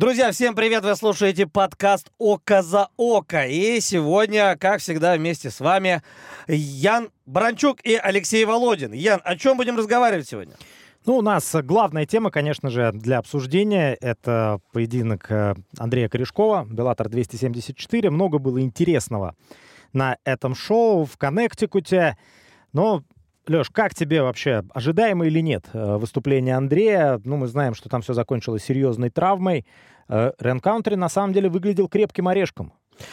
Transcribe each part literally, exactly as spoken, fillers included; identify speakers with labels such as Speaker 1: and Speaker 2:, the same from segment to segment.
Speaker 1: Друзья, всем привет! Вы слушаете подкаст «Око за око». И сегодня, как всегда, вместе с вами Ян Баранчук и Алексей Володин. Ян, о чем будем разговаривать сегодня?
Speaker 2: Ну, у нас главная тема, конечно же, для обсуждения — это поединок Андрея Корешкова, Беллатор двести семьдесят четыре. Много было интересного на этом шоу в Коннектикуте. Но, Леш, как тебе вообще, ожидаемо или нет выступление Андрея? Ну, мы знаем, что там все закончилось серьезной травмой. Ренкаунтри на самом деле выглядел крепким орешком.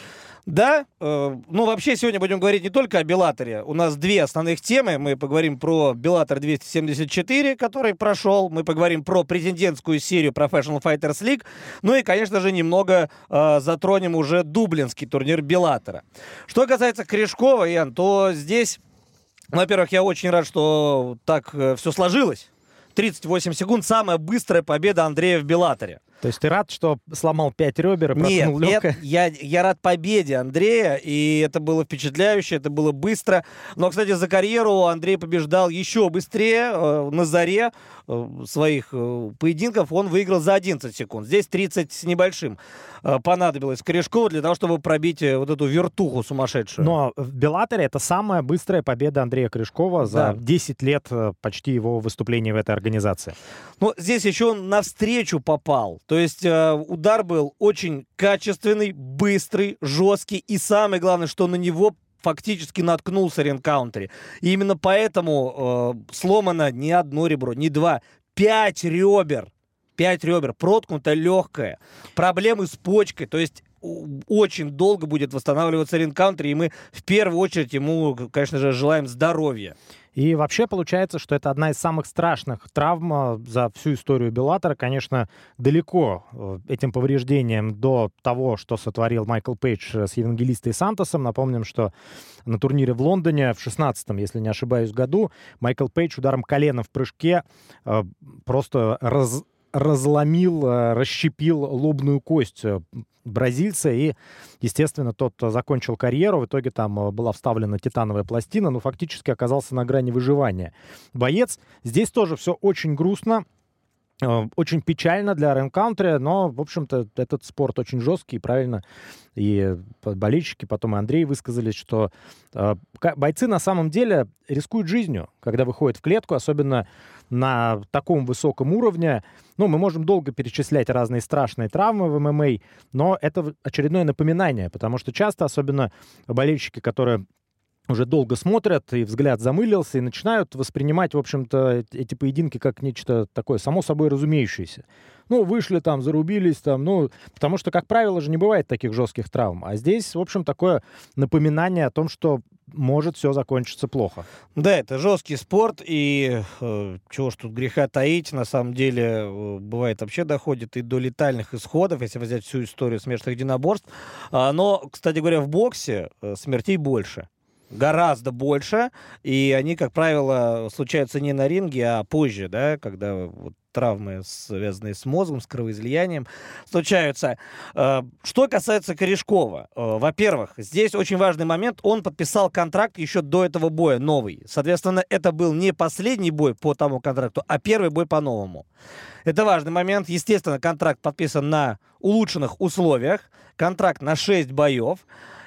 Speaker 1: Да, э, ну вообще сегодня будем говорить не только о Беллаторе. У нас две основных темы. Мы поговорим про Беллатор двести семьдесят четыре, который прошел. Мы поговорим про претендентскую серию Professional Fighters League. Ну и, конечно же, немного э, затронем уже дублинский турнир Беллатора. Что касается Корешкова, Ян, то здесь, во-первых, я очень рад, что так э, все сложилось. тридцать восемь секунд, самая быстрая победа Андрея в Беллаторе.
Speaker 2: То есть ты рад, что сломал пять ребер и проткнул
Speaker 1: Нет,
Speaker 2: легкое?
Speaker 1: нет, я, я рад победе Андрея, и это было впечатляюще, это было быстро. Но, кстати, за карьеру Андрей побеждал еще быстрее. Э, на заре э, своих э, поединков он выиграл за одиннадцать секунд. Здесь тридцать с небольшим э, понадобилось Корешкову для того, чтобы пробить э, вот эту вертуху сумасшедшую.
Speaker 2: Но в Беллаторе это самая быстрая победа Андрея Корешкова за
Speaker 1: Да.
Speaker 2: десять лет э, почти его выступления в этой организации.
Speaker 1: Но здесь еще он навстречу попал. То есть э, удар был очень качественный, быстрый, жесткий. И самое главное, что на него фактически наткнулся Ренкаунтри. И именно поэтому э, сломано не одно ребро, не два, пять ребер. Пять ребер, проткнуто легкое. Проблемы с почкой. То есть очень долго будет восстанавливаться Ренкаунтри. И мы в первую очередь ему, конечно же, желаем здоровья.
Speaker 2: И вообще получается, что это одна из самых страшных травм за всю историю Беллатора. Конечно, далеко этим повреждением до того, что сотворил Майкл Пейдж с Евангелистой Сантосом. Напомним, что на турнире в Лондоне в шестнадцатом, если не ошибаюсь, году Майкл Пейдж ударом колена в прыжке просто раз... разломил, расщепил лобную кость бразильца, и, естественно, тот закончил карьеру. В итоге там была вставлена титановая пластина, но фактически оказался на грани выживания. Боец. Здесь тоже все очень грустно, очень печально для Ренкаунтри, но, в общем-то, этот спорт очень жесткий, правильно. И болельщики, потом и Андрей высказались, что э, бойцы на самом деле рискуют жизнью, когда выходят в клетку, особенно на таком высоком уровне. Ну, мы можем долго перечислять разные страшные травмы в эм эм а, но это очередное напоминание, потому что часто, особенно болельщики, которые уже долго смотрят, и взгляд замылился, и начинают воспринимать, в общем-то, эти поединки как нечто такое само собой разумеющееся. Ну, вышли там, зарубились там, ну, потому что, как правило, же не бывает таких жестких травм. А здесь, в общем, такое напоминание о том, что может все закончиться плохо.
Speaker 1: Да, это жесткий спорт, и э, чего ж тут греха таить, на самом деле, э, бывает вообще доходит и до летальных исходов, если взять всю историю смертных единоборств. А, но, кстати говоря, в боксе э, смертей больше. Гораздо больше, и они, как правило, случаются не на ринге, а позже, да, когда вот травмы, связанные с мозгом, с кровоизлиянием, случаются. Что касается Корешкова, во-первых, здесь очень важный момент, он подписал контракт еще до этого боя, новый. Соответственно, это был не последний бой по тому контракту, а первый бой по-новому. Это важный момент. Естественно, контракт подписан на улучшенных условиях, контракт на шесть боев.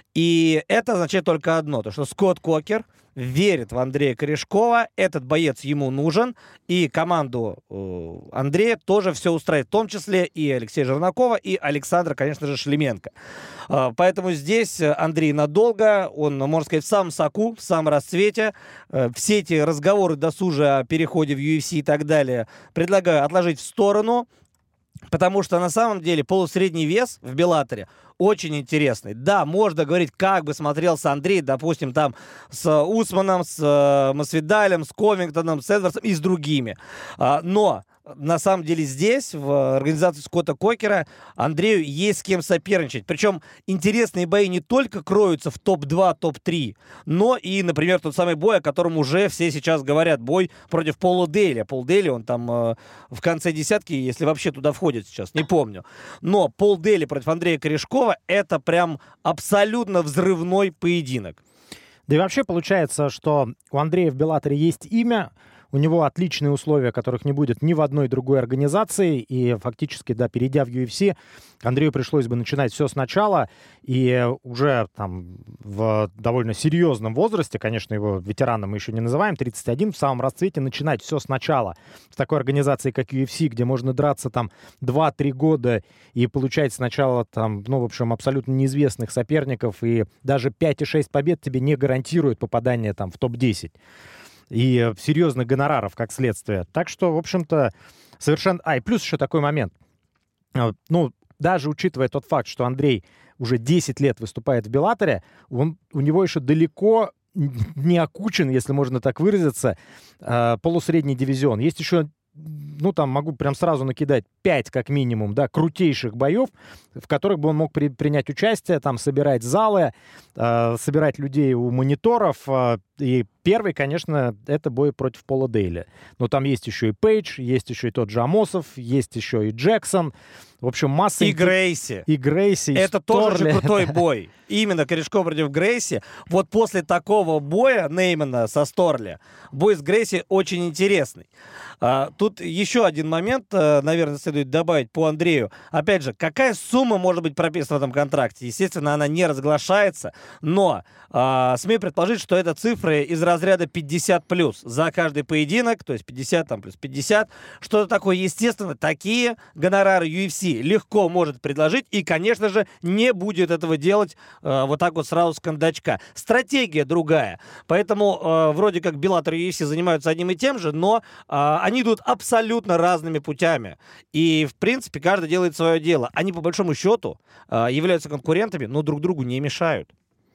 Speaker 1: И это означает только одно, то что Скотт Кокер верит в Андрея Корешкова, этот боец ему нужен, и команду э, Андрея тоже все устраивает, в том числе и Алексея Жернакова, и Александра, конечно же, Шлеменко. Э, поэтому здесь Андрей надолго, он, можно сказать, в самом соку, в самом расцвете. Э, все эти разговоры досужие о переходе в ю эф си и так далее предлагаю отложить в сторону, потому что на самом деле полусредний вес в Беллаторе очень интересный. Да, можно говорить, как бы смотрелся Андрей, допустим, там с Усманом, с э, Масвидалем, с Ковингтоном, с Эдвардсом и с другими. А, но на самом деле здесь, в организации Скотта Кокера, Андрею есть с кем соперничать. Причем интересные бои не только кроются в топ два, топ три, но и, например, тот самый бой, о котором уже все сейчас говорят. Бой против Пола Дейли. Пол Дейли, он там э, в конце десятки, если вообще туда входит сейчас, не помню. Но Пол Дейли против Андрея Корешкова — это прям абсолютно взрывной поединок.
Speaker 2: Да и вообще получается, что у Андрея в Беллаторе есть имя, У него отличные условия, которых не будет ни в одной другой организации. И фактически, да, перейдя в ю эф си, Андрею пришлось бы начинать все сначала. И уже там в довольно серьезном возрасте, конечно, его ветераном мы еще не называем, тридцать один, в самом расцвете, начинать все сначала. В такой организации, как ю эф си, где можно драться там два-три года и получать сначала там, ну, в общем, абсолютно неизвестных соперников, и даже пять и шесть побед тебе не гарантируют попадание там в топ десять. И серьезных гонораров, как следствие. Так что, в общем-то, совершенно... А, и плюс еще такой момент. Ну, даже учитывая тот факт, что Андрей уже десять лет выступает в Беллаторе, он, у него еще далеко не окучен, если можно так выразиться, полусредний дивизион. Есть еще, ну, там могу прям сразу накидать пять, как минимум, да, крутейших боев, в которых бы он мог при, принять участие, там, собирать залы, э, собирать людей у мониторов. Э, и первый, конечно, это бой против Пола Дейли. Но там есть еще и Пейдж, есть еще и тот же Амосов, есть еще и Джексон. В общем, масса...
Speaker 1: И Грейси.
Speaker 2: И Грейси, и
Speaker 1: Это
Speaker 2: Сторли.
Speaker 1: тоже крутой бой. Именно Корешков против Грейси. Вот после такого боя Неймана со Сторли, бой с Грейси очень интересный. А, тут еще один момент, а, наверное, следует добавить по Андрею. Опять же, какая сумма может быть прописана в этом контракте? Естественно, она не разглашается, но а, смею предположить, что это цифры из разряда пятьдесят плюс за каждый поединок, то есть пятьдесят там плюс пятьдесят. Что-то такое, естественно, такие гонорары ю эф си легко может предложить и, конечно же, не будет этого делать э, вот так вот сразу с кондачка. Стратегия другая. Поэтому э, вроде как Беллатор и ю эф си занимаются одним и тем же, но э, они идут абсолютно разными путями. И, в принципе, каждый делает свое дело. Они, по большому счету, э, являются конкурентами, но друг другу не мешают.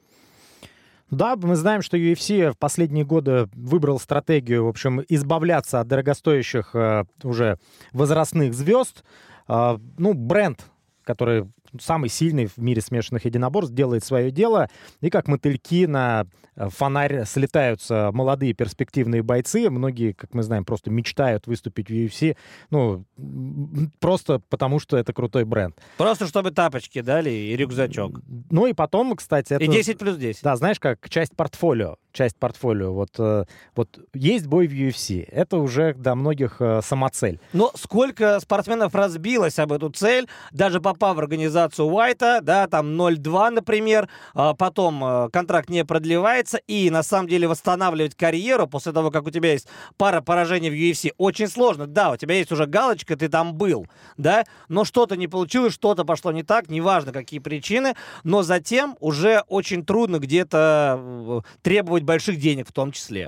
Speaker 2: Да, мы знаем, что ю эф си в последние годы выбрал стратегию, в общем, избавляться от дорогостоящих э, уже возрастных звезд. Э, ну, бренд, который самый сильный в мире смешанных единоборств, делает свое дело. И как мотыльки на фонарь слетаются молодые перспективные бойцы. Многие, как мы знаем, просто мечтают выступить в ю эф си. Ну, просто потому, что это крутой бренд.
Speaker 1: Просто чтобы тапочки дали и рюкзачок.
Speaker 2: Ну и потом, кстати... Это,
Speaker 1: и десять плюс десять.
Speaker 2: Да, знаешь, как часть портфолио. Часть портфолио. Вот, вот есть бой в ю эф си. Это уже для многих самоцель.
Speaker 1: Но сколько спортсменов разбилось об эту цель, даже попав в организацию Уайта, да, там ноль два, например, потом контракт не продлевается, и на самом деле восстанавливать карьеру после того, как у тебя есть пара поражений в ю эф си, очень сложно. Да, у тебя есть уже галочка, ты там был, да, но что-то не получилось, что-то пошло не так, неважно какие причины, но затем уже очень трудно где-то требовать больших денег в том числе.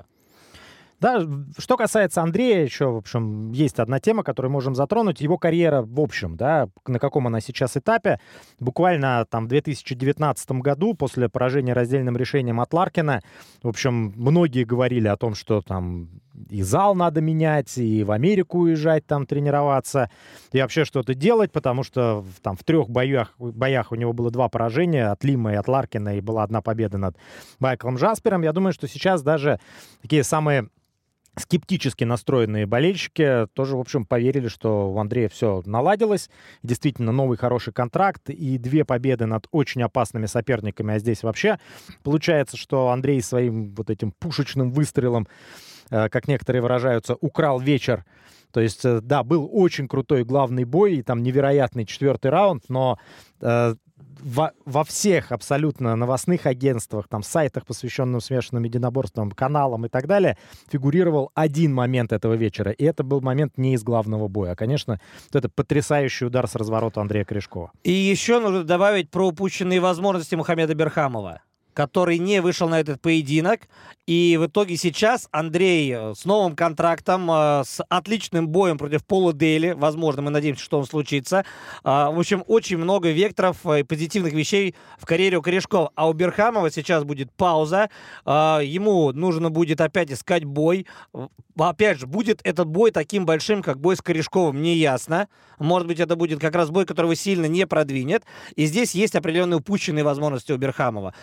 Speaker 2: Да, что касается Андрея, еще, в общем, есть одна тема, которую можем затронуть. Его карьера в общем, да, на каком она сейчас этапе. Буквально там в две тысячи девятнадцатом году, после поражения раздельным решением от Ларкина, в общем, многие говорили о том, что там и зал надо менять, и в Америку уезжать, там тренироваться, и вообще что-то делать, потому что там в трех боях, боях у него было два поражения, от Лима и от Ларкина, и была одна победа над Майклом Джаспером. Я думаю, что сейчас даже такие самые скептически настроенные болельщики тоже, в общем, поверили, что у Андрея все наладилось. Действительно, новый хороший контракт и две победы над очень опасными соперниками. А здесь вообще получается, что Андрей своим вот этим пушечным выстрелом, как некоторые выражаются, украл вечер. То есть, да, был очень крутой главный бой, и там невероятный четвертый раунд, но э, во, во всех абсолютно новостных агентствах, там, сайтах, посвященных смешанным единоборствам, каналам и так далее, фигурировал один момент этого вечера, и это был момент не из главного боя. А, конечно, вот это потрясающий удар с разворота Андрея Корешкова.
Speaker 1: И еще нужно добавить про упущенные возможности Мухаммеда Берхамова, который не вышел на этот поединок. И в итоге сейчас Андрей с новым контрактом, с отличным боем против Пола Дейли, возможно, мы надеемся, что он случится. В общем, очень много векторов и позитивных вещей в карьере у Корешкова. А у Берхамова сейчас будет пауза. Ему нужно будет опять искать бой. Опять же, будет этот бой таким большим, как бой с Корешковым, не ясно. Может быть, это будет как раз бой, которого сильно не продвинет. И здесь есть определенные упущенные возможности у Берхамова. Хотя он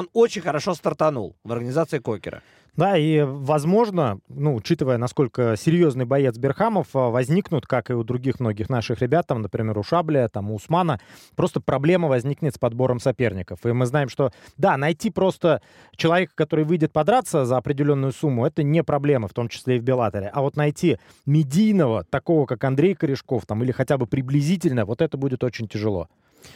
Speaker 1: он очень хорошо стартанул в организации Кокера.
Speaker 2: Да, и, возможно, ну, учитывая, насколько серьезный боец Берхамов, возникнут, как и у других многих наших ребят, там, например, у Шабля, там, у Усмана, просто проблема возникнет с подбором соперников. И мы знаем, что, да, найти просто человека, который выйдет подраться за определенную сумму, это не проблема, в том числе и в Беллаторе. А вот найти медийного, такого, как Андрей Корешков, там, или хотя бы приблизительно, вот это будет очень тяжело.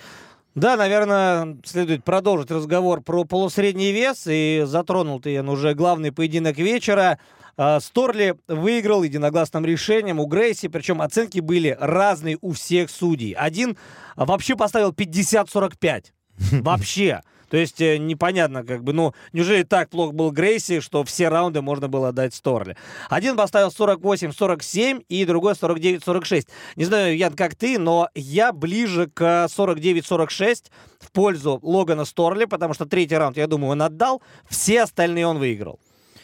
Speaker 1: Да, наверное, следует продолжить разговор про полусредний вес. И затронул ты уже главный поединок вечера. Сторли выиграл единогласным решением у Грейси. Причем оценки были разные у всех судей. Один вообще поставил пятьдесят сорок пять. Вообще. То есть непонятно, как бы, ну, неужели так плохо был Грейси, что все раунды можно было дать Сторли. Один поставил сорок восемь сорок семь и другой сорок девять сорок шесть. Не знаю, Ян, как ты, но я ближе к сорок девять сорок шесть в пользу Логана Сторли, потому что третий раунд, я думаю, он отдал, все остальные он выиграл.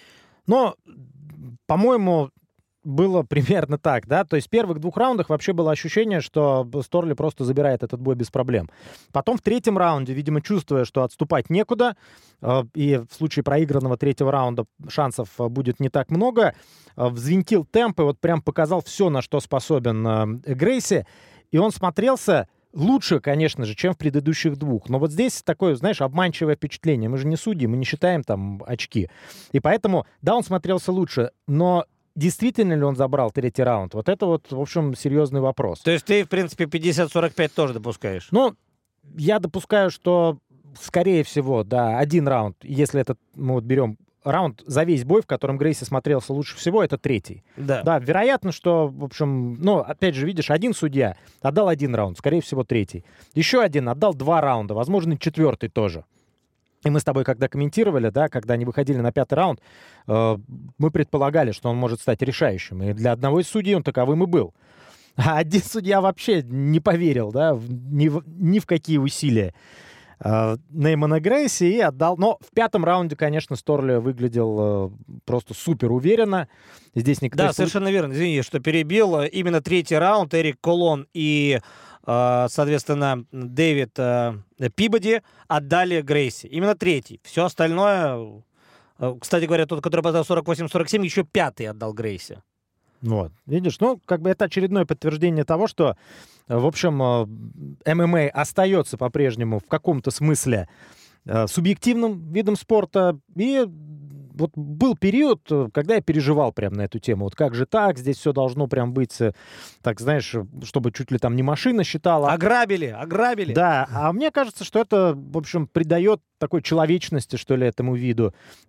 Speaker 2: Но, по-моему, было примерно так, да, то есть в первых двух раундах вообще было ощущение, что Сторли просто забирает этот бой без проблем. Потом в третьем раунде, видимо, чувствуя, что отступать некуда, э, и в случае проигранного третьего раунда шансов будет не так много, э, взвинтил темп и вот прям показал все, на что способен э, Грейси, и он смотрелся лучше, конечно же, чем в предыдущих двух. Но вот здесь такое, знаешь, обманчивое впечатление. Мы же не судьи, мы не считаем там очки. И поэтому, да, он смотрелся лучше, но действительно ли он забрал третий раунд? Вот это вот, в общем, серьезный вопрос.
Speaker 1: То есть ты, в принципе, пятьдесят сорок пять тоже допускаешь?
Speaker 2: Ну, я допускаю, что, скорее всего, да, один раунд, если этот, мы вот берем раунд за весь бой, в котором Грейси смотрелся лучше всего, это третий.
Speaker 1: Да.
Speaker 2: Да, вероятно, что, в общем, ну, опять же, видишь, один судья отдал один раунд, скорее всего, третий. Еще один отдал два раунда, возможно, четвертый тоже. И мы с тобой, когда комментировали, да, когда они выходили на пятый раунд, э, мы предполагали, что он может стать решающим. И для одного из судей он таковым и был. А один судья вообще не поверил, да, ни в, ни в какие усилия э, Неймана Грейси и отдал. Но в пятом раунде, конечно, Сторли выглядел э, просто супер уверенно. Здесь никто...
Speaker 1: Да, совершенно верно. Извини, что перебил. Именно третий раунд Эрик Колон и... соответственно, Дэвид э, Пибоди отдали Грейси. Именно третий. Все остальное... Кстати говоря, тот, который поставил сорок восемь сорок семь, еще пятый отдал Грейси.
Speaker 2: Вот, видишь, ну, как бы это очередное подтверждение того, что, в общем, эм эм а остается по-прежнему в каком-то смысле э, субъективным видом спорта. И вот был период, когда я переживал прям на эту тему. Вот как же так? Здесь все должно прям быть, так, знаешь, чтобы чуть ли там не машина считала.
Speaker 1: Ограбили, ограбили.
Speaker 2: Да, а мне кажется, что это, в общем, придает такой человечности, что ли, этому виду.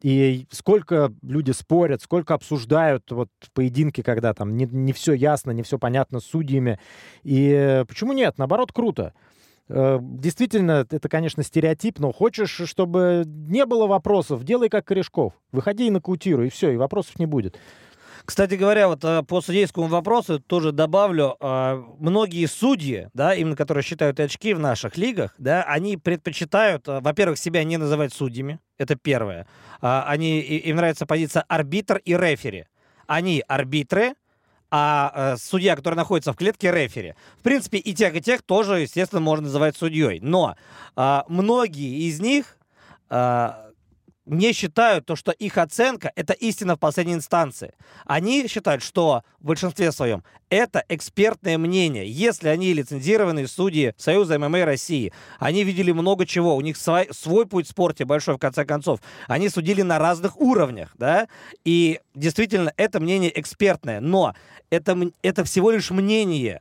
Speaker 2: И сколько люди спорят, сколько обсуждают вот поединки, когда там не, не все ясно, не все понятно с судьями. И почему нет? Наоборот, круто. Действительно, это, конечно, стереотип, но хочешь, чтобы не было вопросов, делай как Корешков. Выходи и нокаутируй, и все, и вопросов не будет.
Speaker 1: Кстати говоря, вот по судейскому вопросу тоже добавлю, многие судьи, да, именно которые считают очки в наших лигах, да, они предпочитают, во-первых, себя не называть судьями, это первое. Они, им нравится позиция арбитр и рефери. Они арбитры, а э, судья, который находится в клетке, рефери. В принципе, и тех, и тех тоже, естественно, можно называть судьей. Но э, многие из них э, не считают то, что их оценка — это истина в последней инстанции. Они считают, что в большинстве своем это экспертное мнение. Если они лицензированные судьи Союза эм эм а России, они видели много чего, у них свой, свой путь в спорте большой, в конце концов. Они судили на разных уровнях, да, и действительно это мнение экспертное, но это, это всего лишь мнение,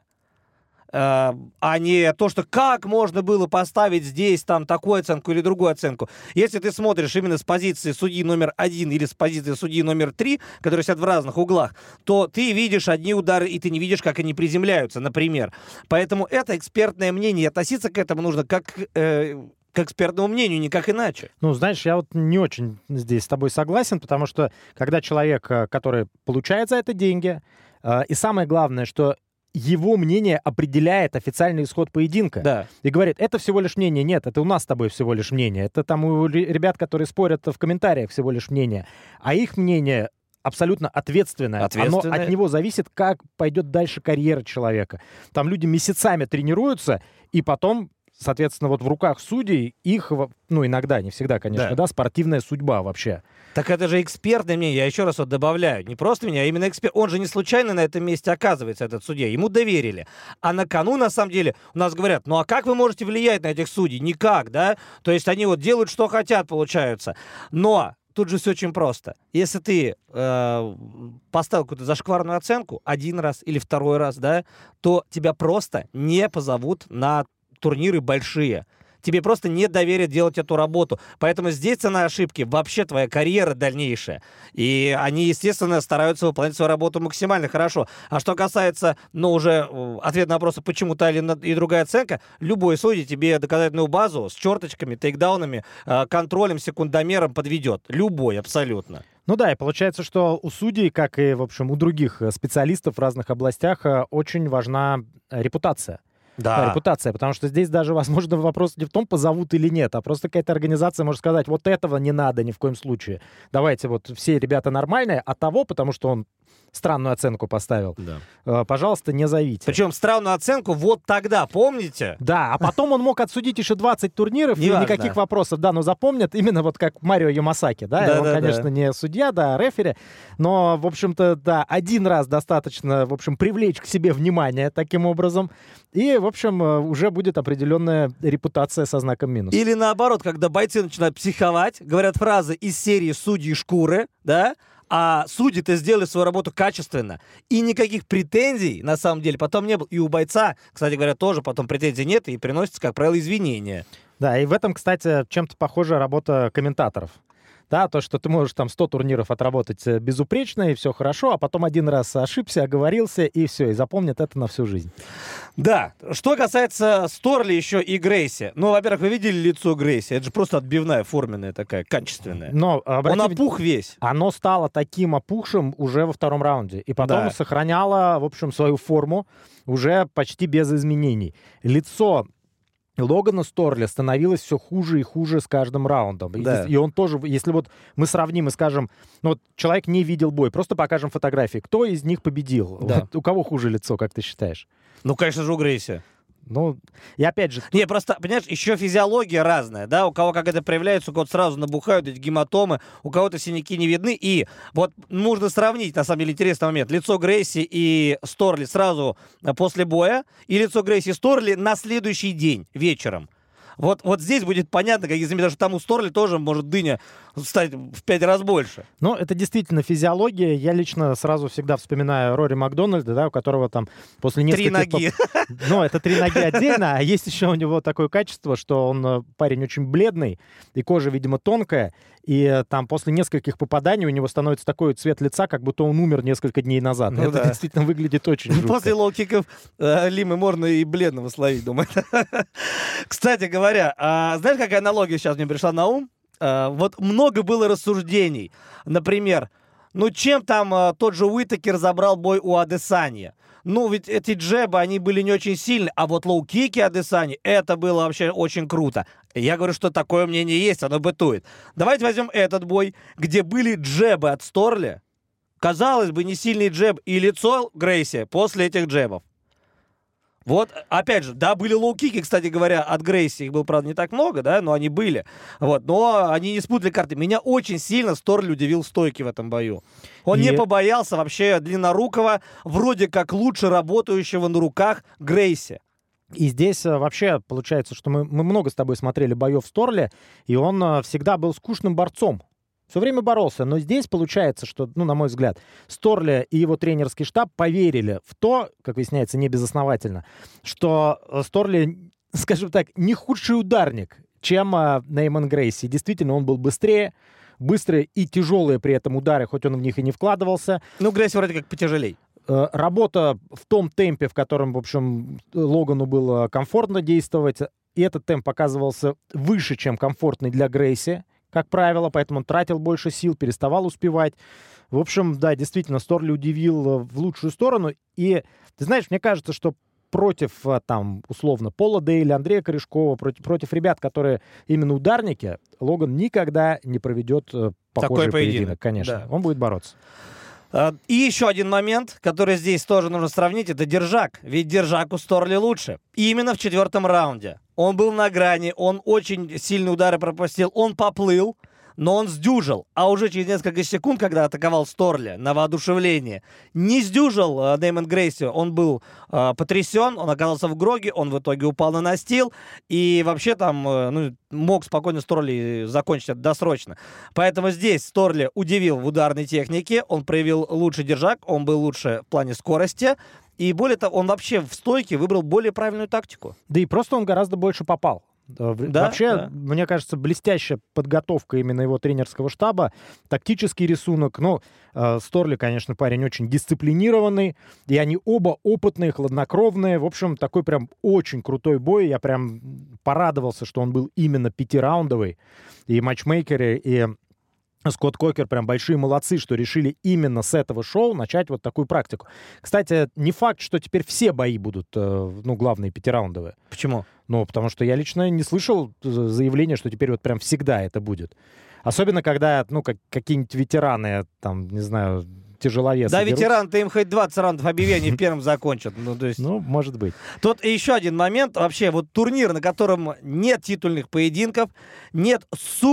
Speaker 1: а не то, что как можно было поставить здесь там такую оценку или другую оценку. Если ты смотришь именно с позиции судьи номер один или с позиции судьи номер три, которые сидят в разных углах, то ты видишь одни удары, и ты не видишь, как они приземляются, например. Поэтому это экспертное мнение, и относиться к этому нужно как... Э, к экспертному мнению, никак иначе.
Speaker 2: Ну, знаешь, я вот не очень здесь с тобой согласен, потому что когда человек, который получает за это деньги, и самое главное, что его мнение определяет официальный исход поединка.
Speaker 1: Да.
Speaker 2: И говорит, это всего лишь мнение. Нет, это у нас с тобой всего лишь мнение. Это там у ребят, которые спорят в комментариях, всего лишь мнение. А их мнение абсолютно ответственное.
Speaker 1: Ответственное.
Speaker 2: Оно от него зависит, как пойдет дальше карьера человека. Там люди месяцами тренируются, и потом соответственно, вот в руках судей их, ну, иногда, не всегда, конечно, да, да спортивная судьба вообще.
Speaker 1: Так это же экспертное мнение, я еще раз вот добавляю. Не просто меня, а именно эксперт. Он же не случайно на этом месте оказывается, этот судья. Ему доверили. А на кону, на самом деле, у нас говорят, ну а как вы можете влиять на этих судей? Никак, да? То есть они вот делают, что хотят, получается. Но тут же все очень просто. Если ты э, поставил какую-то зашкварную оценку один раз или второй раз, да, то тебя просто не позовут на турниры большие. Тебе просто не доверят делать эту работу. Поэтому здесь цена ошибки вообще твоя карьера дальнейшая. И они, естественно, стараются выполнять свою работу максимально хорошо. А что касается, ну, уже ответ на вопрос, почему та или и другая оценка, любой судья тебе доказательную базу с черточками, тейкдаунами, контролем, секундомером подведет. Любой абсолютно.
Speaker 2: Ну да, и получается, что у судей, как и, в общем, у других специалистов в разных областях, очень важна репутация.
Speaker 1: Да.
Speaker 2: Репутация, потому что здесь даже, возможно, вопрос не в том, позовут или нет, а просто какая-то организация может сказать, вот этого не надо ни в коем случае. Давайте вот все ребята нормальные, а того, потому что он странную оценку поставил,
Speaker 1: да.
Speaker 2: пожалуйста, не зовите.
Speaker 1: Причем странную оценку вот тогда, помните?
Speaker 2: Да, а потом он мог отсудить еще двадцать турниров, и никаких вопросов, да, но запомнят именно вот как Марио Ямасаки, да,
Speaker 1: да
Speaker 2: он,
Speaker 1: да,
Speaker 2: конечно,
Speaker 1: да.
Speaker 2: не судья, да, а рефери, но, в общем-то, да, один раз достаточно, в общем, привлечь к себе внимание таким образом, и, в общем, уже будет определенная репутация со знаком минус.
Speaker 1: Или наоборот, когда бойцы начинают психовать, говорят фразы из серии «судьи шкуры», да, а судьи-то сделали свою работу качественно. И никаких претензий, на самом деле, потом не было. И у бойца, кстати говоря, тоже потом претензий нет, и приносится, как правило, извинения.
Speaker 2: Да, и в этом, кстати, чем-то похожа работа комментаторов. Да, то, что ты можешь там сто турниров отработать безупречно, и все хорошо, а потом один раз ошибся, оговорился, и все, и запомнят это на всю жизнь.
Speaker 1: Да, что касается Сторли еще и Грейси. Ну, во-первых, вы видели лицо Грейси? Это же просто отбивная, форменная такая, качественная.
Speaker 2: Но, обратите,
Speaker 1: он опух весь.
Speaker 2: Оно стало таким опухшим уже во втором раунде. И потом
Speaker 1: да.
Speaker 2: сохраняло, в общем, свою форму уже почти без изменений. Лицо Логана Сторли становилось все хуже и хуже с каждым раундом.
Speaker 1: Да.
Speaker 2: И, и он тоже, если вот мы сравним и скажем, ну вот человек не видел бой, просто покажем фотографии, кто из них победил?
Speaker 1: Да.
Speaker 2: Вот, у кого хуже лицо, как ты считаешь?
Speaker 1: Ну, конечно же, у Грейси.
Speaker 2: Ну, и опять же...
Speaker 1: Не, просто, понимаешь, еще физиология разная, да, у кого как это проявляется, у кого-то сразу набухают эти гематомы, у кого-то синяки не видны, и вот нужно сравнить, на самом деле, интересный момент, лицо Грейси и Сторли сразу после боя, и лицо Грейси и Сторли на следующий день вечером. Вот, вот здесь будет понятно, как изменить, потому что там у Сторли тоже может дыня стать в пять раз больше.
Speaker 2: Ну, это действительно физиология. Я лично сразу всегда вспоминаю Рори Макдональда, да, у которого там после нескольких...
Speaker 1: Три ноги.
Speaker 2: Поп... Ну, это три ноги отдельно, а есть еще у него такое качество, что он парень очень бледный, и кожа, видимо, тонкая, и там после нескольких попаданий у него становится такой цвет лица, как будто он умер несколько дней назад. Ну, это да. действительно выглядит очень жутко.
Speaker 1: После лоу-киков э, Лимы можно и бледного словить, думаю. Кстати говоря, а, знаешь, какая аналогия сейчас мне пришла на ум? А, вот много было рассуждений. Например, ну чем там а, тот же Уитакер забрал бой у Адесанья? Ну, ведь эти джебы, они были не очень сильные, а вот лоу-кики Адесани, это было вообще очень круто. Я говорю, что такое мнение есть, оно бытует. Давайте возьмем этот бой, где были джебы от Сторли. Казалось бы, не сильный джеб и лицо Грейси после этих джебов. Вот, опять же, да, были лоу-кики, кстати говоря, от Грейси. Их было, правда, не так много, да, но они были. Вот, но они не спутали карты. Меня очень сильно Сторли удивил стойки в этом бою. Он и... не побоялся вообще длиннорукого, вроде как лучше работающего на руках Грейси.
Speaker 2: И здесь вообще получается, что мы, мы много с тобой смотрели боев Сторли, и он всегда был скучным борцом. Все время боролся, но здесь получается, что, ну, на мой взгляд, Сторли и его тренерский штаб поверили в то, как выясняется, не безосновательно, что Сторли, скажем так, не худший ударник, чем uh, Нейман Грейси. Действительно, он был быстрее, быстрые и тяжелые при этом удары, хоть он в них и не вкладывался.
Speaker 1: Ну, Грейси вроде как потяжелей.
Speaker 2: Uh, работа в том темпе, в котором, в общем, Логану было комфортно действовать, и этот темп оказывался выше, чем комфортный для Грейси, как правило, поэтому он тратил больше сил, переставал успевать. В общем, да, действительно, Сторли удивил в лучшую сторону. И, ты знаешь, мне кажется, что против, там, условно, Пола Дейли, Андрея Корешкова, против, против ребят, которые именно ударники, Логан никогда не проведет похожий поединок, поединок, конечно. Да. Он будет бороться.
Speaker 1: И еще один момент, который здесь тоже нужно сравнить, это держак. Ведь держак у Сторли лучше. И именно в четвертом раунде. он был на грани, он очень сильные удары пропустил, он поплыл, но он сдюжил. А уже через несколько секунд, когда атаковал Сторли на воодушевление, не сдюжил э, Дэймон Грейси. Он был э, потрясен, он оказался в гроге, он в итоге упал на настил. И вообще там э, ну, мог спокойно Сторли закончить это досрочно. Поэтому здесь Сторли удивил в ударной технике, он проявил лучший держак, он был лучше в плане скорости. И более того, он вообще в стойке выбрал более правильную тактику.
Speaker 2: Да и просто он гораздо больше попал. Да, Вообще, да. Мне кажется, блестящая подготовка именно его тренерского штаба, тактический рисунок. Ну, э, Сторли, конечно, парень очень дисциплинированный, и они оба опытные, хладнокровные. В общем, такой прям очень крутой бой. Я прям порадовался, что он был именно пятираундовый. И матчмейкеры, и Скотт Кокер прям большие молодцы, что решили именно с этого шоу начать вот такую практику. Кстати, не факт, что теперь все бои будут, ну, главные пятираундовые.
Speaker 1: Почему?
Speaker 2: Ну, потому что я лично не слышал заявления, что теперь вот прям всегда это будет. Особенно, когда, ну, как, какие-нибудь ветераны, там, не знаю, тяжеловесы.
Speaker 1: Да,
Speaker 2: берут.
Speaker 1: ветеран-то им хоть двадцать раундов объявлений в первом закончат. Ну, то есть...
Speaker 2: ну, может быть.
Speaker 1: Тут еще один момент. Вообще, вот турнир, на котором нет титульных поединков, нет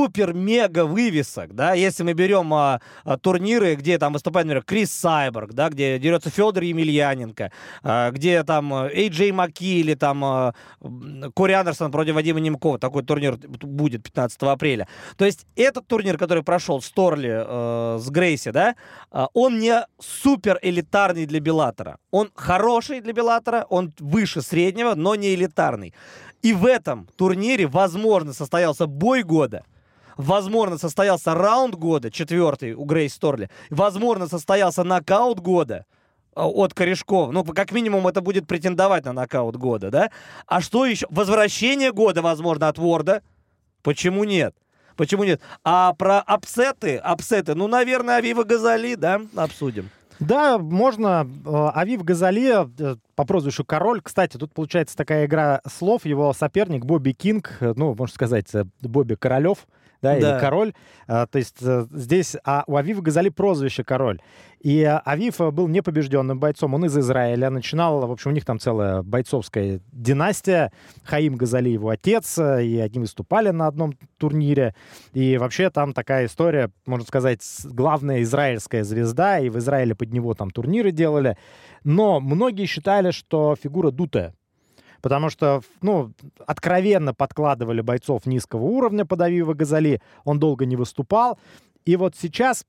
Speaker 1: супер-мега-вывесок, да, если мы берем а, а, турниры, где там выступает, например, Крис Сайборг, да, где дерется Федор Емельяненко, а, где там Эй Джей Маки или там а, Кори Андерсон против Вадима Немкова, такой турнир будет пятнадцатого апреля. То есть этот турнир, который прошел Сторли э, с Грейси, да, он не супер элитарный для Беллатора. Он хороший для Беллатора, он выше среднего, но не элитарный. И в этом турнире, возможно, состоялся бой года, возможно, состоялся раунд года, четвертый у Грейс Сторли, возможно, состоялся нокаут года от корешков. Ну, как минимум, это будет претендовать на нокаут года, да? А что еще? Возвращение года, возможно, от Ворда. Почему нет? Почему нет? А про апсеты, апсеты, ну, наверное, Авива Газали, да, обсудим.
Speaker 2: Да, можно. Авив Газали по прозвищу Король. Кстати, тут получается такая игра слов. Его соперник Бобби Кинг, ну, можно сказать, Бобби Королев, да, да. или Король. А, то есть здесь а у Авива Газали прозвище Король. И Авив был непобежденным бойцом. Он из Израиля. Начинал, в общем, у них там целая бойцовская династия. Хаим Газали его отец. И они выступали на одном турнире. И вообще там такая история, можно сказать, главная израильская звезда. И в Израиле под него там турниры делали. Но многие считали, что фигура дутая. Потому что, ну, откровенно подкладывали бойцов низкого уровня под Авива Газали. Он долго не выступал. И вот сейчас...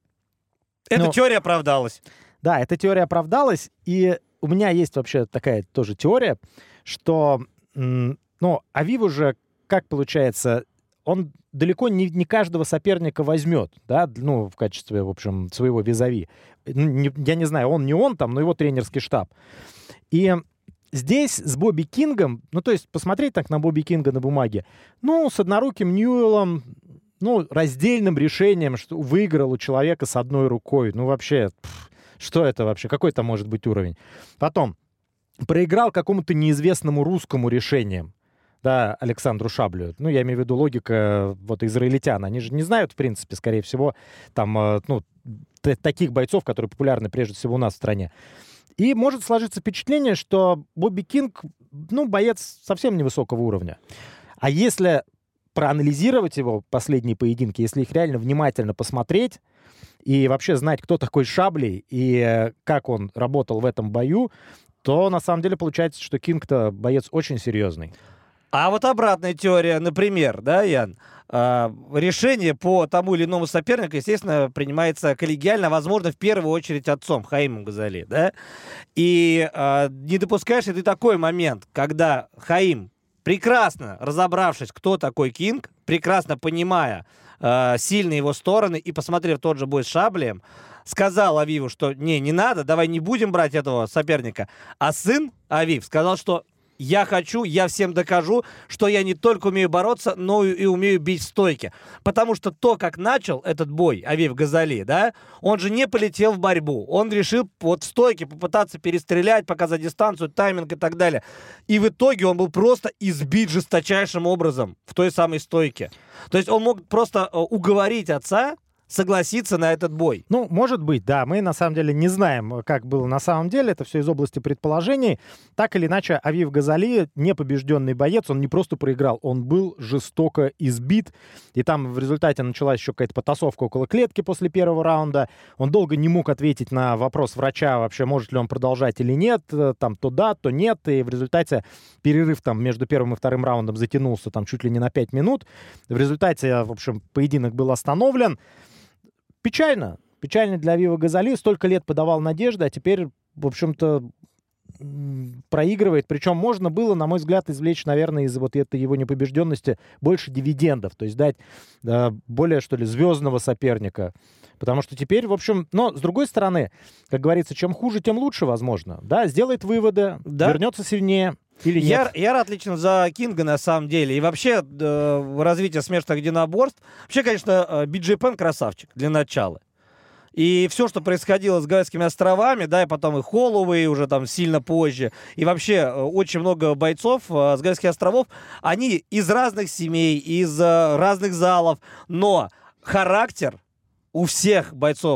Speaker 1: Эта
Speaker 2: ну,
Speaker 1: теория оправдалась.
Speaker 2: Да, эта теория оправдалась. И у меня есть вообще такая тоже теория, что, ну, Авив уже, как получается, он далеко не, не каждого соперника возьмет, да, ну, в качестве, в общем, своего визави. Не, я не знаю, он не он там, но его тренерский штаб. И здесь с Бобби Кингом, ну, то есть посмотреть так на Бобби Кинга на бумаге, ну, с одноруким Ньюэллом, ну, раздельным решением, что выиграл у человека с одной рукой. Ну, вообще, пфф, что это вообще? Какой там может быть уровень? Потом, проиграл какому-то неизвестному русскому решением, да, Александру Шаблю. Ну, я имею в виду логика вот израильтян. Они же не знают, в принципе, скорее всего, там, ну, таких бойцов, которые популярны прежде всего у нас в стране. И может сложиться впечатление, что Бобби Кинг, ну, боец совсем невысокого уровня. А если проанализировать его последние поединки, если их реально внимательно посмотреть и вообще знать, кто такой Шабли и как он работал в этом бою, то на самом деле получается, что Кинг-то боец очень серьезный.
Speaker 1: А вот обратная теория, например, да, Ян, э, решение по тому или иному сопернику, естественно, принимается коллегиально, возможно, в первую очередь отцом Хаимом Газали, да, и э, не допускаешь ли ты такой момент, когда Хаим, прекрасно разобравшись, кто такой Кинг, прекрасно понимая э, сильные его стороны и посмотрев тот же бой с Шаблием, сказал Авиву, что не, не надо, давай не будем брать этого соперника. А сын Авив сказал, что я хочу, я всем докажу, что я не только умею бороться, но и умею бить в стойке. Потому что то, как начал этот бой Авив Газали, да, он же не полетел в борьбу. Он решил вот в стойке попытаться перестрелять, показать дистанцию, тайминг и так далее. И в итоге он был просто избит жесточайшим образом в той самой стойке. То есть он мог просто уговорить отца согласиться на этот бой.
Speaker 2: Ну, может быть, да. Мы, на самом деле, не знаем, как было на самом деле. Это все из области предположений. Так или иначе, Авив Газали, непобежденный боец, он не просто проиграл, он был жестоко избит. И там в результате началась еще какая-то потасовка около клетки после первого раунда. Он долго не мог ответить на вопрос врача, вообще может ли он продолжать или нет. Там то да, то нет. И в результате перерыв там между первым и вторым раундом затянулся там чуть ли не на пять минут. В результате, в общем, поединок был остановлен. Печально. Печально для Авива Газали. Столько лет подавал надежды, а теперь, в общем-то, проигрывает. Причем можно было, на мой взгляд, извлечь, наверное, из вот этой его непобежденности больше дивидендов. То есть дать да, более, что ли, звездного соперника. Потому что теперь, в общем... Но, с другой стороны, как говорится, чем хуже, тем лучше, возможно. Да, сделает выводы, да. Вернется сильнее. Или нет?
Speaker 1: Я, я рад лично за Кинга, на самом деле. И вообще, э, развитие смешанных единоборств. Вообще, конечно, Би Джей Пен красавчик для начала. И все, что происходило с Гавайскими островами, да, и потом и Холлоуэй уже там сильно позже, и вообще очень много бойцов э, с Гавайских островов, они из разных семей, из э, разных залов, но характер у всех бойцов